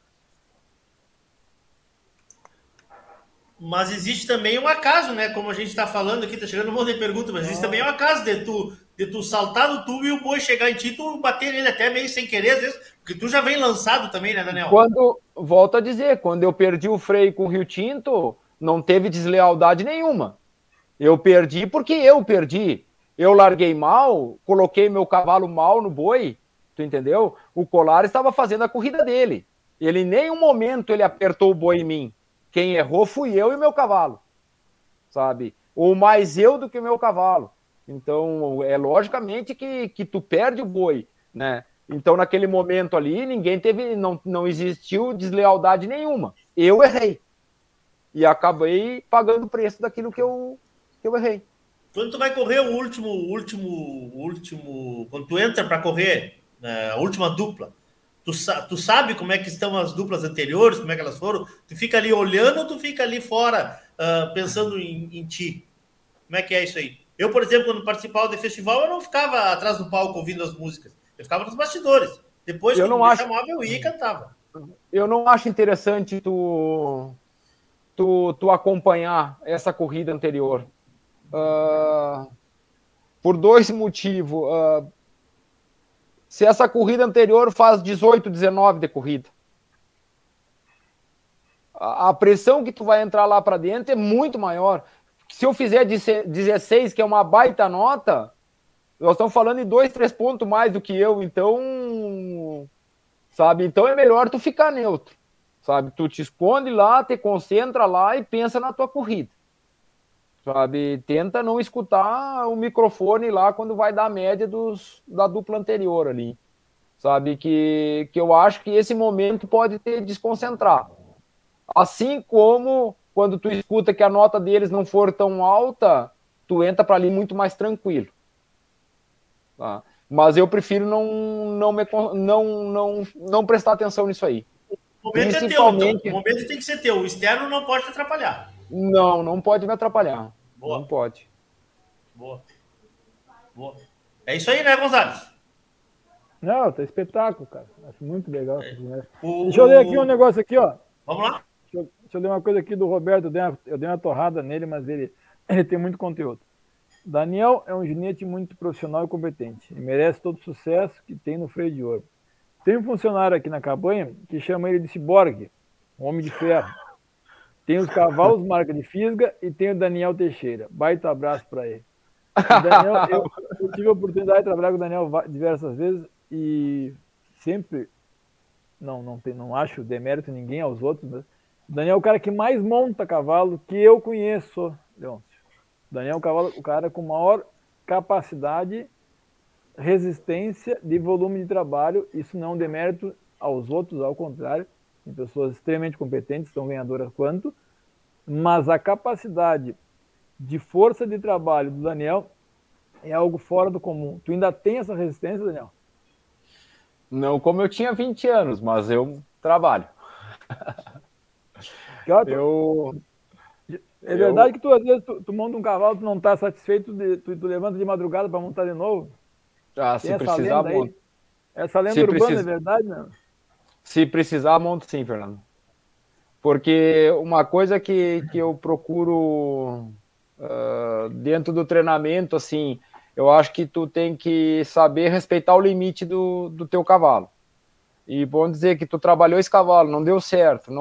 Mas existe também um acaso, né? Como a gente está falando aqui, tá chegando um monte de perguntas, mas existe também um acaso de tu saltar no tubo e o boi chegar em ti, tu bater nele até meio sem querer, às vezes, porque tu já vem lançado também, né, Daniel? Volto a dizer, quando eu perdi o freio com o Rio Tinto, não teve deslealdade nenhuma. Eu perdi porque eu perdi. Eu larguei mal, coloquei meu cavalo mal no boi, tu entendeu? O Colar estava fazendo a corrida dele. Ele em nenhum momento ele apertou o boi em mim. Quem errou fui eu e meu cavalo, sabe? Ou mais eu do que o meu cavalo. Então, logicamente que tu perde o boi, né? Então, naquele momento ali, não existiu deslealdade nenhuma. Eu errei. E acabei pagando o preço daquilo que eu errei. Quando tu vai correr o último, quando tu entra para correr, a última dupla, tu sabe como é que estão as duplas anteriores, como é que elas foram? Tu fica ali olhando ou tu fica ali fora pensando em ti? Como é que é isso aí? Eu, por exemplo, quando participava de festival, eu não ficava atrás do palco ouvindo as músicas. Eu ficava nos bastidores. Depois que me chamava, eu ia e cantava. Eu não acho interessante tu acompanhar essa corrida anterior. Por dois motivos. Se essa corrida anterior faz 18, 19 de corrida, A pressão que tu vai entrar lá para dentro é muito maior. Se eu fizer 16, que é uma baita nota, nós estamos falando em 2, 3 pontos mais do que eu, então, sabe? Então é melhor tu ficar neutro, sabe? Tu te esconde lá, te concentra lá e pensa na tua corrida, sabe? Tenta não escutar o microfone lá quando vai dar a média da dupla anterior ali, sabe? Que eu acho que esse momento pode te desconcentrar. Assim como quando tu escuta que a nota deles não for tão alta, tu entra para ali muito mais tranquilo. Tá? Mas eu prefiro não prestar atenção nisso aí. O momento é teu, então. O momento tem que ser teu. O externo não pode te atrapalhar. Não pode me atrapalhar. Boa. Não pode. Boa. É isso aí, né, Gonzalez? Não, tá espetáculo, cara. Acho muito legal. Deixa eu ler aqui um negócio aqui, ó. Vamos lá? Deixa eu ler uma coisa aqui do Roberto. Eu dei uma torrada nele, mas ele tem muito conteúdo. Daniel é um ginete muito profissional e competente e merece todo o sucesso que tem no freio de ouro. Tem um funcionário aqui na cabanha que chama ele de Ciborgue, um homem de ferro. Tem os cavalos marca de fisga e tem o Daniel Teixeira. Baita abraço para ele. O Daniel, eu tive a oportunidade de trabalhar com o Daniel diversas vezes e sempre, não acho demérito ninguém aos outros, mas o Daniel é o cara que mais monta cavalo que eu conheço, Leôncio. O Daniel é o cara com maior capacidade, resistência de volume de trabalho. Isso não é um demérito aos outros, ao contrário. Tem pessoas extremamente competentes, tão ganhadoras quanto, mas a capacidade de força de trabalho do Daniel é algo fora do comum. Tu ainda tem essa resistência, Daniel? Não como eu tinha 20 anos, mas eu trabalho. É verdade que tu, às vezes, tu monta um cavalo, tu não está satisfeito, tu levanta de madrugada para montar de novo? Se precisar, monto. Essa lenda urbana é verdade, não? Se precisar, monto sim, Fernando. Porque uma coisa que eu procuro dentro do treinamento, assim, eu acho que tu tem que saber respeitar o limite do teu cavalo. E vamos dizer que tu trabalhou esse cavalo, não deu certo.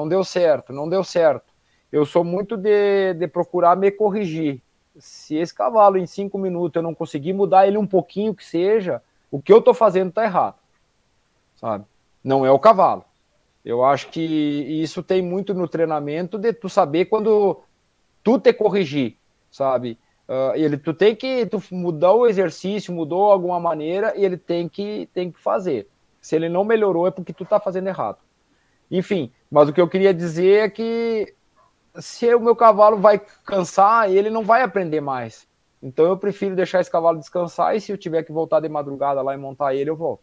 Eu sou muito de procurar me corrigir. Se esse cavalo em 5 minutos eu não conseguir mudar ele um pouquinho que seja, o que eu estou fazendo está errado, sabe? Não é o cavalo. Eu acho que isso tem muito no treinamento de tu saber quando tu te corrigir, sabe? Tu tem que mudar o exercício, mudou alguma maneira e ele tem que fazer. Se ele não melhorou é porque tu está fazendo errado. Enfim, mas o que eu queria dizer é que se o meu cavalo vai cansar, ele não vai aprender mais. Então eu prefiro deixar esse cavalo descansar e se eu tiver que voltar de madrugada lá e montar ele, eu volto.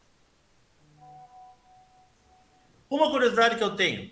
Uma curiosidade que eu tenho.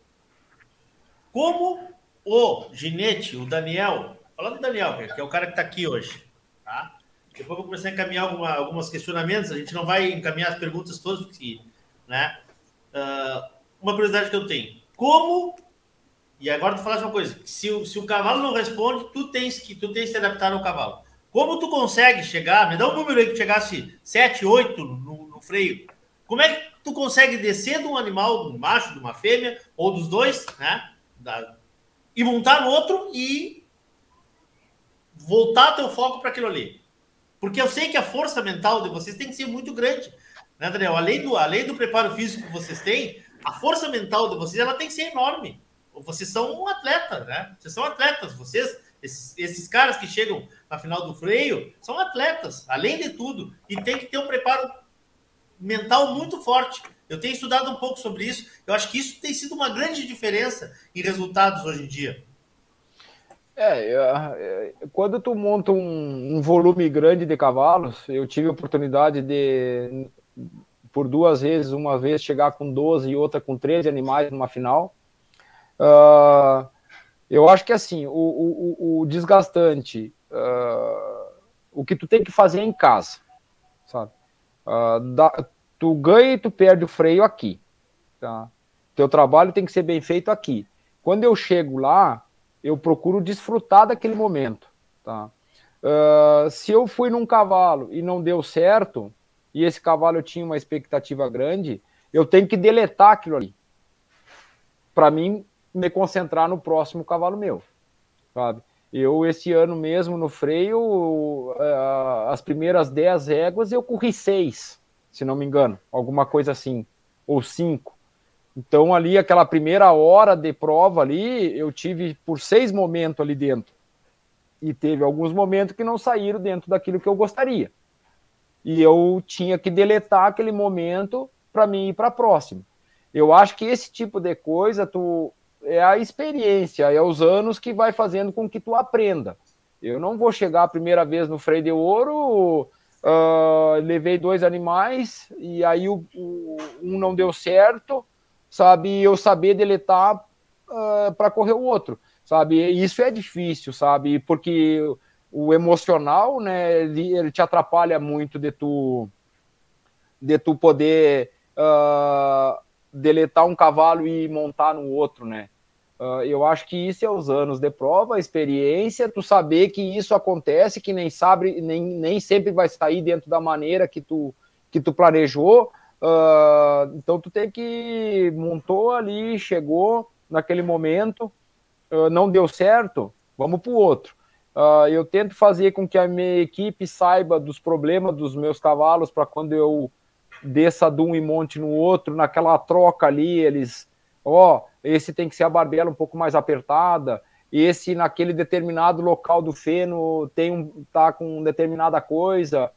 Como o ginete, o Daniel, falando do Daniel, que é o cara que está aqui hoje, tá? Depois eu vou começar a encaminhar alguns questionamentos, a gente não vai encaminhar as perguntas todas, porque, né? Uma curiosidade que eu tenho. Como... E agora tu falaste uma coisa, se o cavalo não responde, tu tens que te adaptar ao cavalo. Como tu consegue chegar, me dá um número aí que chegasse 7, 8 no freio, como é que tu consegue descer de um animal, de um macho, de uma fêmea, ou dos dois, né, e montar no outro e voltar teu foco para aquilo ali? Porque eu sei que a força mental de vocês tem que ser muito grande, né, Daniel? Além do preparo físico que vocês têm, a força mental de vocês ela tem que ser enorme. Vocês são um atleta, né? Vocês são atletas. Vocês, esses caras que chegam na final do freio, são atletas, além de tudo. E tem que ter um preparo mental muito forte. Eu tenho estudado um pouco sobre isso. Eu acho que isso tem sido uma grande diferença em resultados hoje em dia. Quando tu monta um volume grande de cavalos, eu tive a oportunidade de, por 2 vezes, uma vez chegar com 12 e outra com 13 animais numa final. Eu acho que assim, o desgastante, o que tu tem que fazer é em casa, sabe? Tu ganha e tu perde o freio aqui, tá? Teu trabalho tem que ser bem feito aqui. Quando eu chego lá, eu procuro desfrutar daquele momento, tá? Se eu fui num cavalo e não deu certo, e esse cavalo eu tinha uma expectativa grande, eu tenho que deletar aquilo ali. Para mim, me concentrar no próximo cavalo meu, sabe? Eu, esse ano mesmo, no freio, as primeiras 10 réguas, eu corri 6, se não me engano, alguma coisa assim, ou 5. Então, ali, aquela primeira hora de prova ali, eu tive por 6 momentos ali dentro. E teve alguns momentos que não saíram dentro daquilo que eu gostaria. E eu tinha que deletar aquele momento para mim ir para a próxima. Eu acho que esse tipo de coisa é a experiência, é os anos que vai fazendo com que tu aprenda. Eu não vou chegar a primeira vez no freio de ouro, levei 2 animais e aí um não deu certo, sabe? Eu saber deletar para correr o outro, sabe? Isso é difícil, sabe? Porque o emocional, né, ele te atrapalha muito de tu poder deletar um cavalo e montar no outro, né? Eu acho que isso é os anos de prova, a experiência, tu saber que isso acontece, que nem sempre vai sair dentro da maneira que tu planejou. Então tu tem que montou ali, chegou naquele momento, não deu certo, vamos pro outro. Eu tento fazer com que a minha equipe saiba dos problemas dos meus cavalos para quando eu desça de um e monte no outro, naquela troca ali, eles, esse tem que ser a barbela um pouco mais apertada, esse naquele determinado local do feno tá com determinada coisa,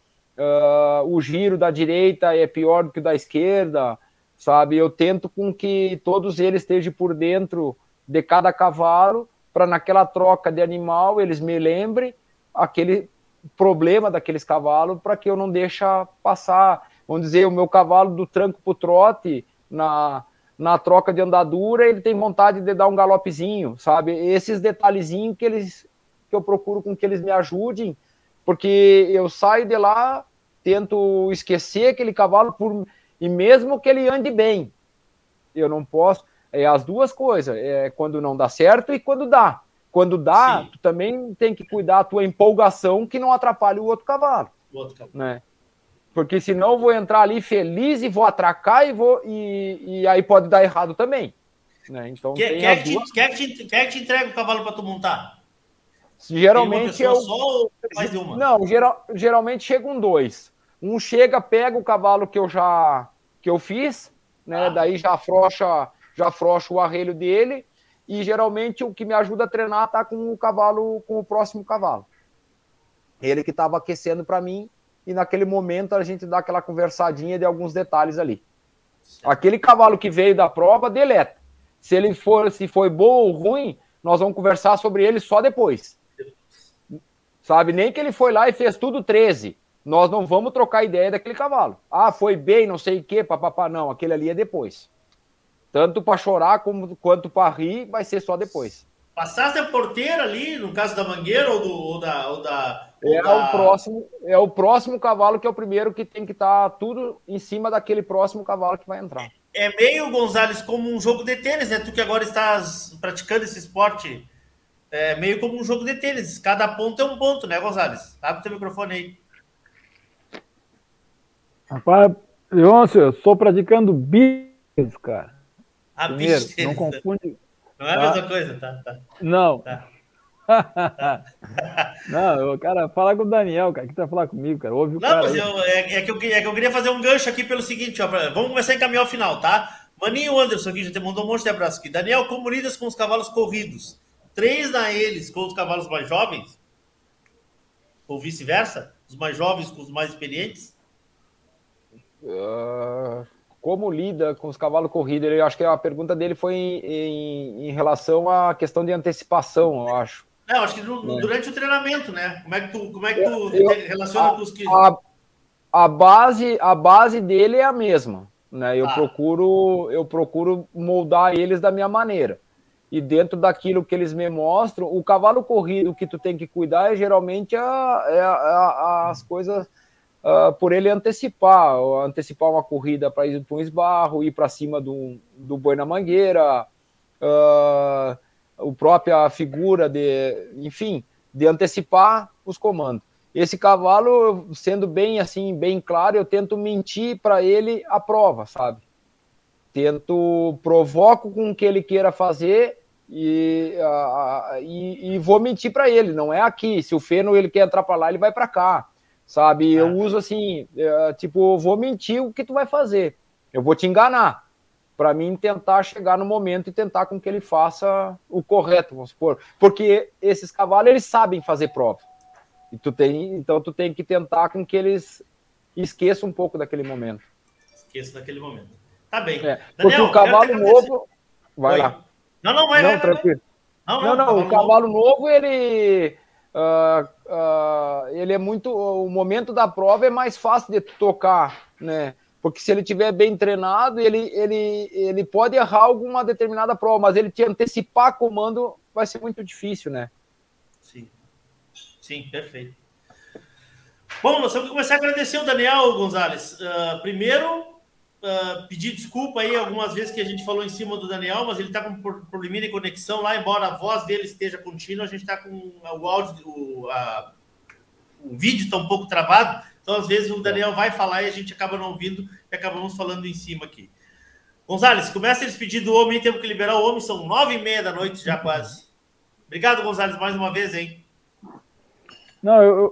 o giro da direita é pior do que o da esquerda, sabe? Eu tento com que todos eles estejam por dentro de cada cavalo, para naquela troca de animal eles me lembrem aquele problema daqueles cavalos, para que eu não deixe passar, vamos dizer, o meu cavalo do tranco para o trote, na troca de andadura, ele tem vontade de dar um galopezinho, sabe? Esses detalhezinhos que eu procuro com que eles me ajudem, porque eu saio de lá, tento esquecer aquele cavalo, e mesmo que ele ande bem, eu não posso. É as duas coisas, quando não dá certo e quando dá. Quando dá, tu também tem que cuidar da tua empolgação que não atrapalhe o outro cavalo. Né? Porque senão eu vou entrar ali feliz e vou atracar e aí pode dar errado também. Né? Então, quer que te entrega o cavalo para tu montar? Geralmente uma só ou mais de uma? Não, geralmente chegam 2. Um chega, pega o cavalo que eu fiz, né? Daí já afrouxa o arrelho dele, e geralmente o que me ajuda a treinar tá com o próximo cavalo. Ele que estava aquecendo para mim, e naquele momento a gente dá aquela conversadinha de alguns detalhes ali. Certo. Aquele cavalo que veio da prova, deleta. Se foi bom ou ruim, nós vamos conversar sobre ele só depois. Sabe, nem que ele foi lá e fez tudo 13. Nós não vamos trocar ideia daquele cavalo. Foi bem, não sei o quê, papapá. Não, aquele ali é depois. Tanto para chorar quanto para rir, vai ser só depois. Passaste a porteira ali, no caso da Mangueira ou da... É o próximo cavalo que é o primeiro que tem que estar tudo em cima daquele próximo cavalo que vai entrar. É meio, Gonzalez, como um jogo de tênis, né? Tu que agora estás praticando esse esporte, é meio como um jogo de tênis. Cada ponto é um ponto, né, Gonzalez? Abre o teu microfone aí. Rapaz, Leôncio, eu estou praticando bis, cara. Primeiro, não confunde. Não é a mesma coisa, tá? Não. Tá. Não, cara, fala com o Daniel, cara, que tá falando comigo, cara. Ouve o não, cara. Mas é que eu queria fazer um gancho aqui pelo seguinte, ó. Vamos começar a encaminhar o final, tá? Maninho Anderson aqui já te mandou um monte de abraço aqui. Daniel, como lidas com os cavalos corridos? Treina eles com os cavalos mais jovens? Ou vice-versa? Os mais jovens com os mais experientes? Como lida com os cavalos corridos? Eu acho que a pergunta dele foi em relação à questão de antecipação, eu acho. Não, acho que durante o treinamento, né? Como é que tu relaciona com os que... A base dele é a mesma, né? Eu procuro moldar eles da minha maneira. E dentro daquilo que eles me mostram, o cavalo corrido que tu tem que cuidar geralmente as coisas... por ele antecipar uma corrida para ir para um esbarro, ir para cima do boi na mangueira, a própria figura de antecipar os comandos. Esse cavalo, sendo bem claro, eu tento mentir para ele a prova, sabe? Provoco com o que ele queira fazer e vou mentir para ele, não é aqui. Se o Feno ele quer entrar para lá, ele vai para cá, sabe? Eu uso assim, vou mentir o que tu vai fazer. Eu vou te enganar, para mim tentar chegar no momento e tentar com que ele faça o correto, vamos supor. Porque esses cavalos, eles sabem fazer prova. Então tu tem que tentar com que eles esqueçam um pouco daquele momento. Daquele momento. Tá bem. Daniel, porque o cavalo novo... Vai lá. Não, vai. Tranquilo. Não, o cavalo novo, ele é muito... O momento da prova é mais fácil de tocar, né? Porque se ele estiver bem treinado, ele pode errar alguma determinada prova, mas ele te antecipar comando vai ser muito difícil, né? Sim, perfeito. Bom, nós temos que começar a agradecer o Daniel Gonzalez. Primeiro, pedir desculpa aí algumas vezes que a gente falou em cima do Daniel, mas ele está com probleminha de conexão lá, embora a voz dele esteja contínua, a gente está com o áudio, o vídeo está um pouco travado, então às vezes o Daniel vai falar e a gente acaba não ouvindo e acabamos falando em cima aqui. Gonzalez, começa a despedir do homem, temos que liberar o homem, são 9h30 da noite já quase. Obrigado, Gonzalez, mais uma vez, hein? Não,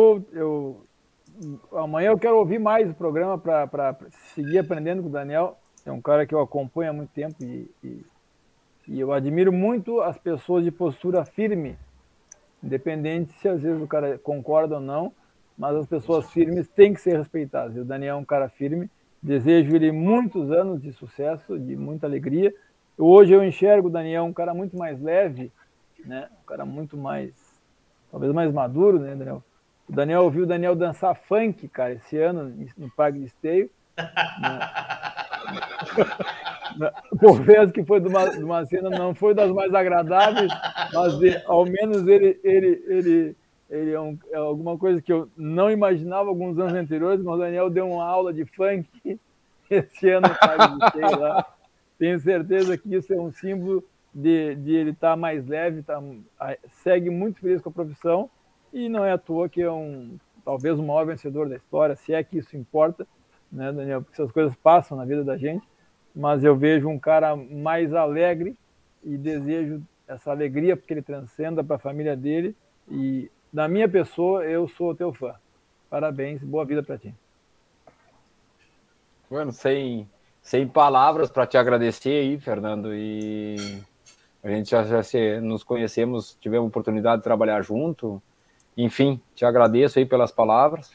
amanhã eu quero ouvir mais o programa para seguir aprendendo com o Daniel. É um cara que eu acompanho há muito tempo e eu admiro muito as pessoas de postura firme, independente se às vezes o cara concorda ou não, mas as pessoas firmes têm que ser respeitadas. E o Daniel é um cara firme, desejo ele muitos anos de sucesso, de muita alegria. Hoje eu enxergo o Daniel um cara muito mais leve, né? Um cara muito mais, talvez mais maduro, né, Daniel? O Daniel ouviu o Daniel dançar funk, cara, esse ano no Parque de Esteio. Confesso que foi de uma cena, não foi das mais agradáveis, mas ao menos ele é alguma coisa que eu não imaginava alguns anos anteriores, mas o Daniel deu uma aula de funk esse ano no Parque de Esteio lá. Tenho certeza que isso é um símbolo de ele estar mais leve, segue muito feliz com a profissão. E não é à toa que é talvez o maior vencedor da história, se é que isso importa, né, Daniel? Porque essas coisas passam na vida da gente, mas eu vejo um cara mais alegre e desejo essa alegria porque ele transcenda para a família dele. E na minha pessoa, eu sou teu fã. Parabéns, boa vida para ti. Bueno, sem palavras para te agradecer aí, Fernando. E a gente já nos conhecemos, tivemos a oportunidade de trabalhar junto. Enfim, te agradeço aí pelas palavras,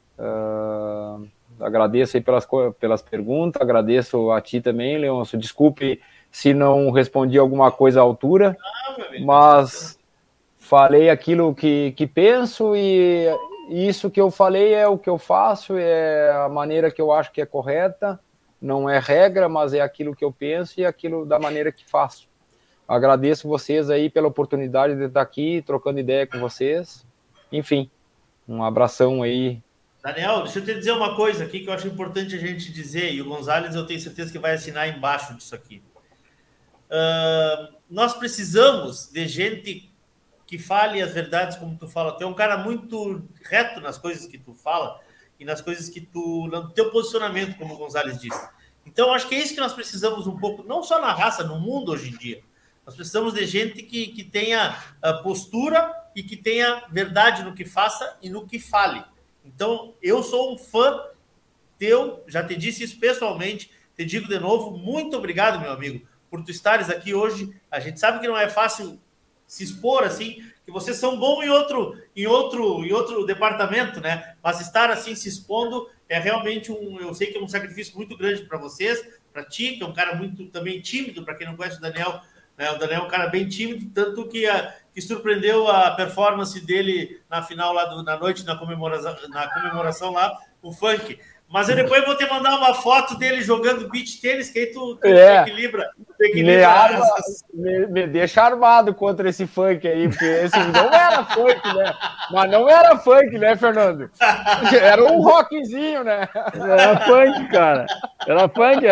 agradeço aí pelas perguntas, agradeço a ti também, Leôncio. Desculpe se não respondi alguma coisa à altura, mas falei aquilo que penso e isso que eu falei é o que eu faço, é a maneira que eu acho que é correta, não é regra, mas é aquilo que eu penso e aquilo da maneira que faço. Agradeço vocês aí pela oportunidade de estar aqui trocando ideia com vocês. Enfim, um abração aí. Daniel, deixa eu te dizer uma coisa aqui que eu acho importante a gente dizer, e o Gonzalez eu tenho certeza que vai assinar embaixo disso aqui. Nós precisamos de gente que fale as verdades como tu fala. Tu é um cara muito reto nas coisas que tu fala e nas coisas que no teu posicionamento, como o Gonzalez disse. Então, acho que é isso que nós precisamos um pouco, não só na raça, no mundo hoje em dia. Nós precisamos de gente que tenha postura e que tenha verdade no que faça e no que fale. Então, eu sou um fã teu, já te disse isso pessoalmente, te digo de novo, muito obrigado, meu amigo, por tu estares aqui hoje. A gente sabe que não é fácil se expor assim, que vocês são bons em outro departamento, né? Mas estar assim se expondo é realmente eu sei que é um sacrifício muito grande para vocês, para ti, que é um cara muito também tímido, para quem não conhece o Daniel. O Daniel é um cara bem tímido, tanto que surpreendeu a performance dele na final lá na noite, na comemoração lá, o funk. Mas eu depois vou te mandar uma foto dele jogando beach tênis, que aí tu equilibra. Me deixa armado contra esse funk aí, porque esse não era funk, né? Mas não era funk, né, Fernando? Era um rockzinho, né? Era funk, cara. Era funk,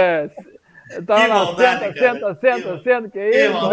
Senta, que é isso?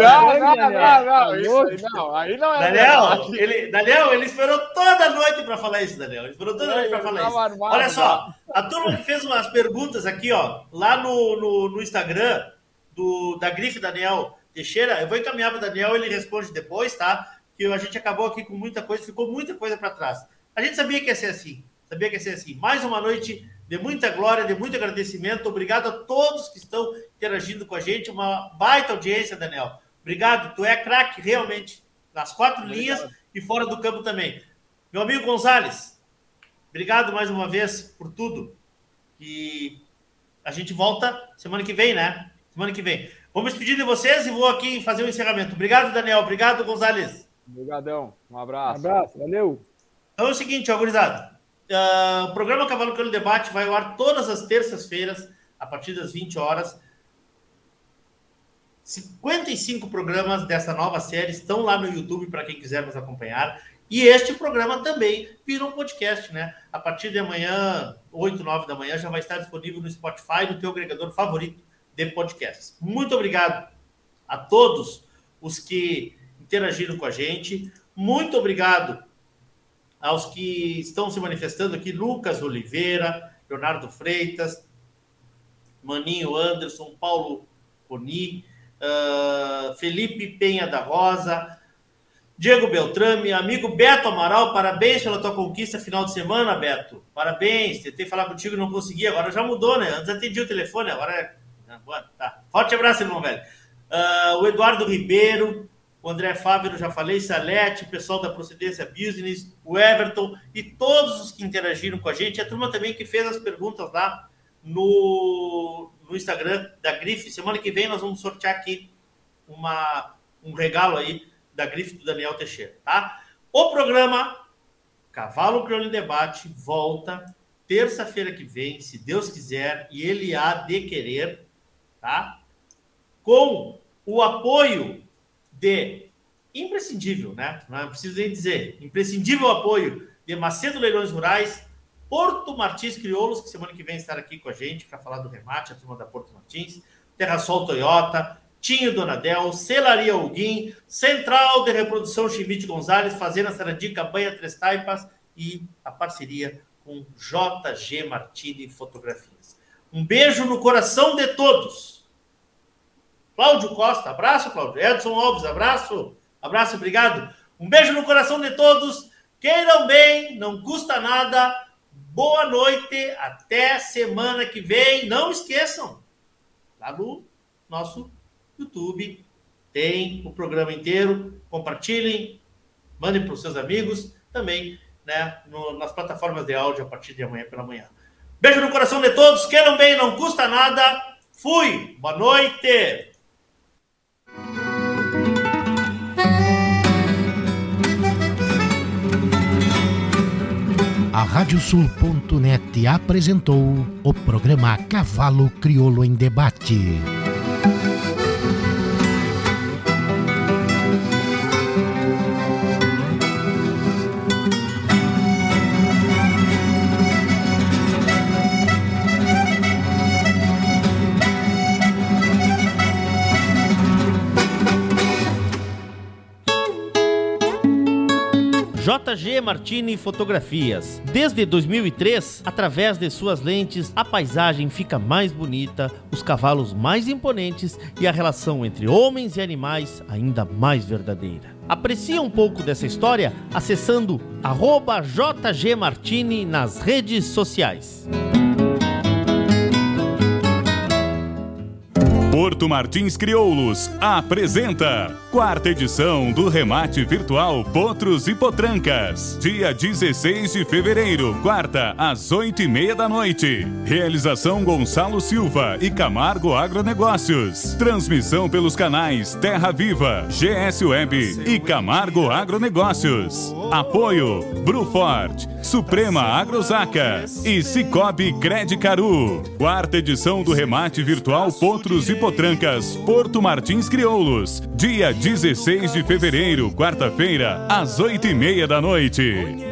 Não, aí não é. Daniel, ele esperou toda a noite para falar isso, Daniel. Ele esperou toda a noite para falar isso. Olha só, a turma fez umas perguntas aqui, ó, lá no Instagram da Grife Daniel. Teixeira, eu vou encaminhar para o Daniel, ele responde depois, tá? Que a gente acabou aqui com muita coisa, ficou muita coisa para trás. A gente sabia que ia ser assim. Mais uma noite de muita glória, de muito agradecimento. Obrigado a todos que estão interagindo com a gente. Uma baita audiência, Daniel. Obrigado, tu é craque, realmente. Nas 4 linhas e fora do campo também. Meu amigo Gonzalez, obrigado mais uma vez por tudo. E a gente volta semana que vem, né? Semana que vem. Vou me despedir de vocês e vou aqui fazer o encerramento. Obrigado, Daniel. Obrigado, Gonzalez. Obrigadão. Um abraço. Um abraço. Valeu. Então é o seguinte, ó, gurizada. O programa Cavalo Crioulo Debate vai ao ar todas as terças-feiras, a partir das 20 horas. 55 programas dessa nova série estão lá no YouTube para quem quiser nos acompanhar. E este programa também vira um podcast, né? A partir de amanhã, 8, 9 da manhã, já vai estar disponível no Spotify, no teu agregador favorito de podcasts. Muito obrigado a todos os que interagiram com a gente. Muito obrigado aos que estão se manifestando aqui, Lucas Oliveira, Leonardo Freitas, Maninho Anderson, Paulo Coni, Felipe Penha da Rosa, Diego Beltrame, amigo Beto Amaral, parabéns pela tua conquista final de semana, Beto. Parabéns, tentei falar contigo e não consegui, agora já mudou, né? Antes atendi o telefone, agora é... Tá. Forte abraço, irmão velho. O Eduardo Ribeiro, o André Fávero, já falei, Salete, o pessoal da Procedência Business, o Everton e todos os que interagiram com a gente, a turma também que fez as perguntas lá no Instagram da Grife. Semana que vem nós vamos sortear aqui um regalo aí da Grife do Daniel Teixeira, tá? O programa Cavalo Crioulo em Debate volta terça-feira que vem, se Deus quiser, e ele há de querer, tá? Com o apoio de imprescindível, né? Não preciso nem dizer, imprescindível apoio de Macedo Leilões Rurais, Porto Martins Crioulos, que semana que vem estará aqui com a gente para falar do remate, a turma da Porto Martins, Terrasol Toyota, Tinho Donadel, Celaria Alguim, Central de Reprodução Schmidt Gonzalez, Fazenda Sarandi, Cabanha Três Taipas e a parceria com JG Martini Fotografias. Um beijo no coração de todos. Cláudio Costa, abraço, Cláudio. Edson Alves, abraço. Abraço, obrigado. Um beijo no coração de todos. Queiram bem, não custa nada. Boa noite, até semana que vem. Não esqueçam, lá no nosso YouTube tem o programa inteiro. Compartilhem, mandem para os seus amigos também, né, nas plataformas de áudio a partir de amanhã pela manhã. Beijo no coração de todos. Queiram bem, não custa nada. Fui. Boa noite. A Radiosul.net apresentou o programa Cavalo Crioulo em Debate. JG Martini Fotografias. Desde 2003, através de suas lentes, a paisagem fica mais bonita, os cavalos mais imponentes e a relação entre homens e animais ainda mais verdadeira. Aprecie um pouco dessa história acessando @JG Martini nas redes sociais. Porto Martins Crioulos apresenta 4ª edição do remate virtual Potros e Potrancas, dia 16 de fevereiro, quarta, às 8h30 da noite. Realização Gonçalo Silva e Camargo Agronegócios. Transmissão pelos canais Terra Viva, GS Web e Camargo Agronegócios. Apoio Brufort, Suprema Agrosaca e Cicobi Credicaru. 4ª edição do remate virtual Potros e Potrancas, Porto Martins Crioulos, dia 16 de fevereiro, quarta-feira, às 8h30 da noite.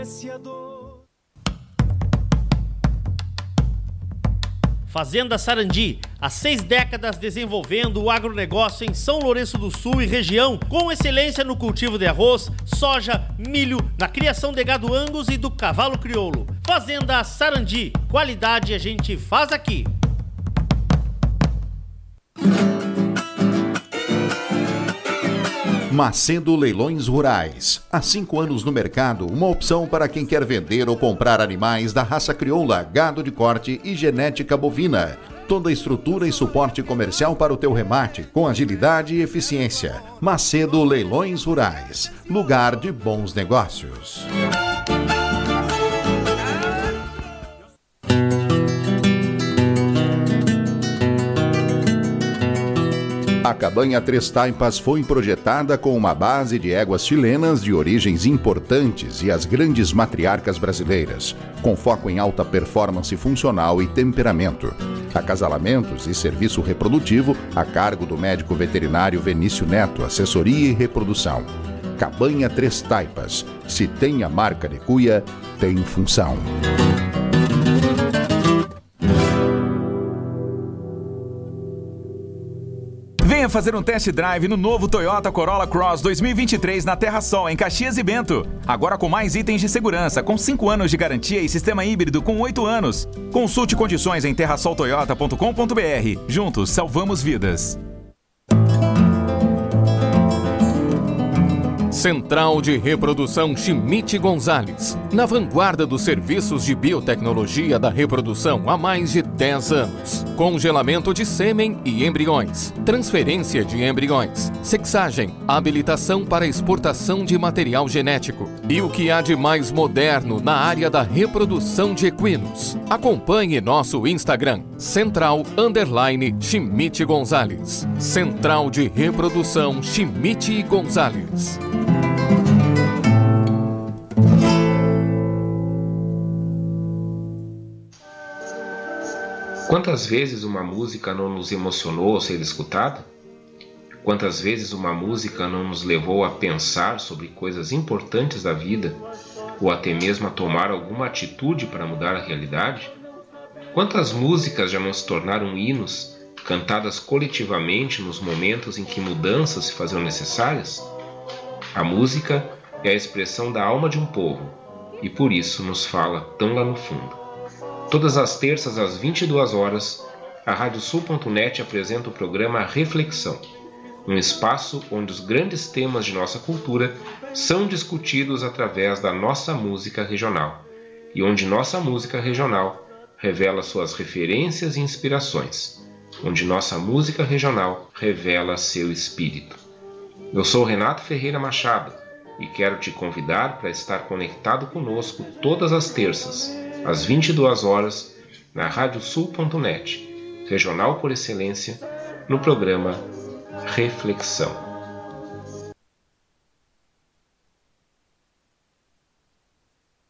Fazenda Sarandi, há 6 décadas desenvolvendo o agronegócio em São Lourenço do Sul e região, com excelência no cultivo de arroz, soja, milho, na criação de gado Angus e do cavalo crioulo. Fazenda Sarandi, qualidade a gente faz aqui. Macedo Leilões Rurais. Há 5 anos no mercado, uma opção para quem quer vender ou comprar animais da raça crioula, gado de corte e genética bovina. Toda a estrutura e suporte comercial para o teu remate, com agilidade e eficiência. Macedo Leilões Rurais. Lugar de bons negócios. A Cabanha Três Taipas foi projetada com uma base de éguas chilenas de origens importantes e as grandes matriarcas brasileiras, com foco em alta performance funcional e temperamento. Acasalamentos e serviço reprodutivo a cargo do médico veterinário Venício Neto, assessoria e reprodução. Cabanha Três Taipas. Se tem a marca de cuia, tem função. Venha fazer um test drive no novo Toyota Corolla Cross 2023 na Terra Sol, em Caxias e Bento. Agora com mais itens de segurança, com 5 anos de garantia e sistema híbrido com 8 anos. Consulte condições em terrasoltoyota.com.br. Juntos, salvamos vidas. Central de Reprodução Schmidt Gonzalez, na vanguarda dos serviços de biotecnologia da reprodução há mais de 10 anos. Congelamento de sêmen e embriões, transferência de embriões, sexagem, habilitação para exportação de material genético e o que há de mais moderno na área da reprodução de equinos. Acompanhe nosso Instagram, Central_Schmidt Gonzalez. Central de Reprodução Schmidt Gonzalez. Quantas vezes uma música não nos emocionou ao ser escutada? Quantas vezes uma música não nos levou a pensar sobre coisas importantes da vida ou até mesmo a tomar alguma atitude para mudar a realidade? Quantas músicas já não se tornaram hinos, cantadas coletivamente nos momentos em que mudanças se faziam necessárias? A música é a expressão da alma de um povo e por isso nos fala tão lá no fundo. Todas as terças às 22 horas, a Radiosul.net apresenta o programa Reflexão, um espaço onde os grandes temas de nossa cultura são discutidos através da nossa música regional e onde nossa música regional revela suas referências e inspirações, onde nossa música regional revela seu espírito. Eu sou Renato Ferreira Machado e quero te convidar para estar conectado conosco todas as terças, às 22 horas, na Radiosul.net, regional por excelência, no programa Reflexão.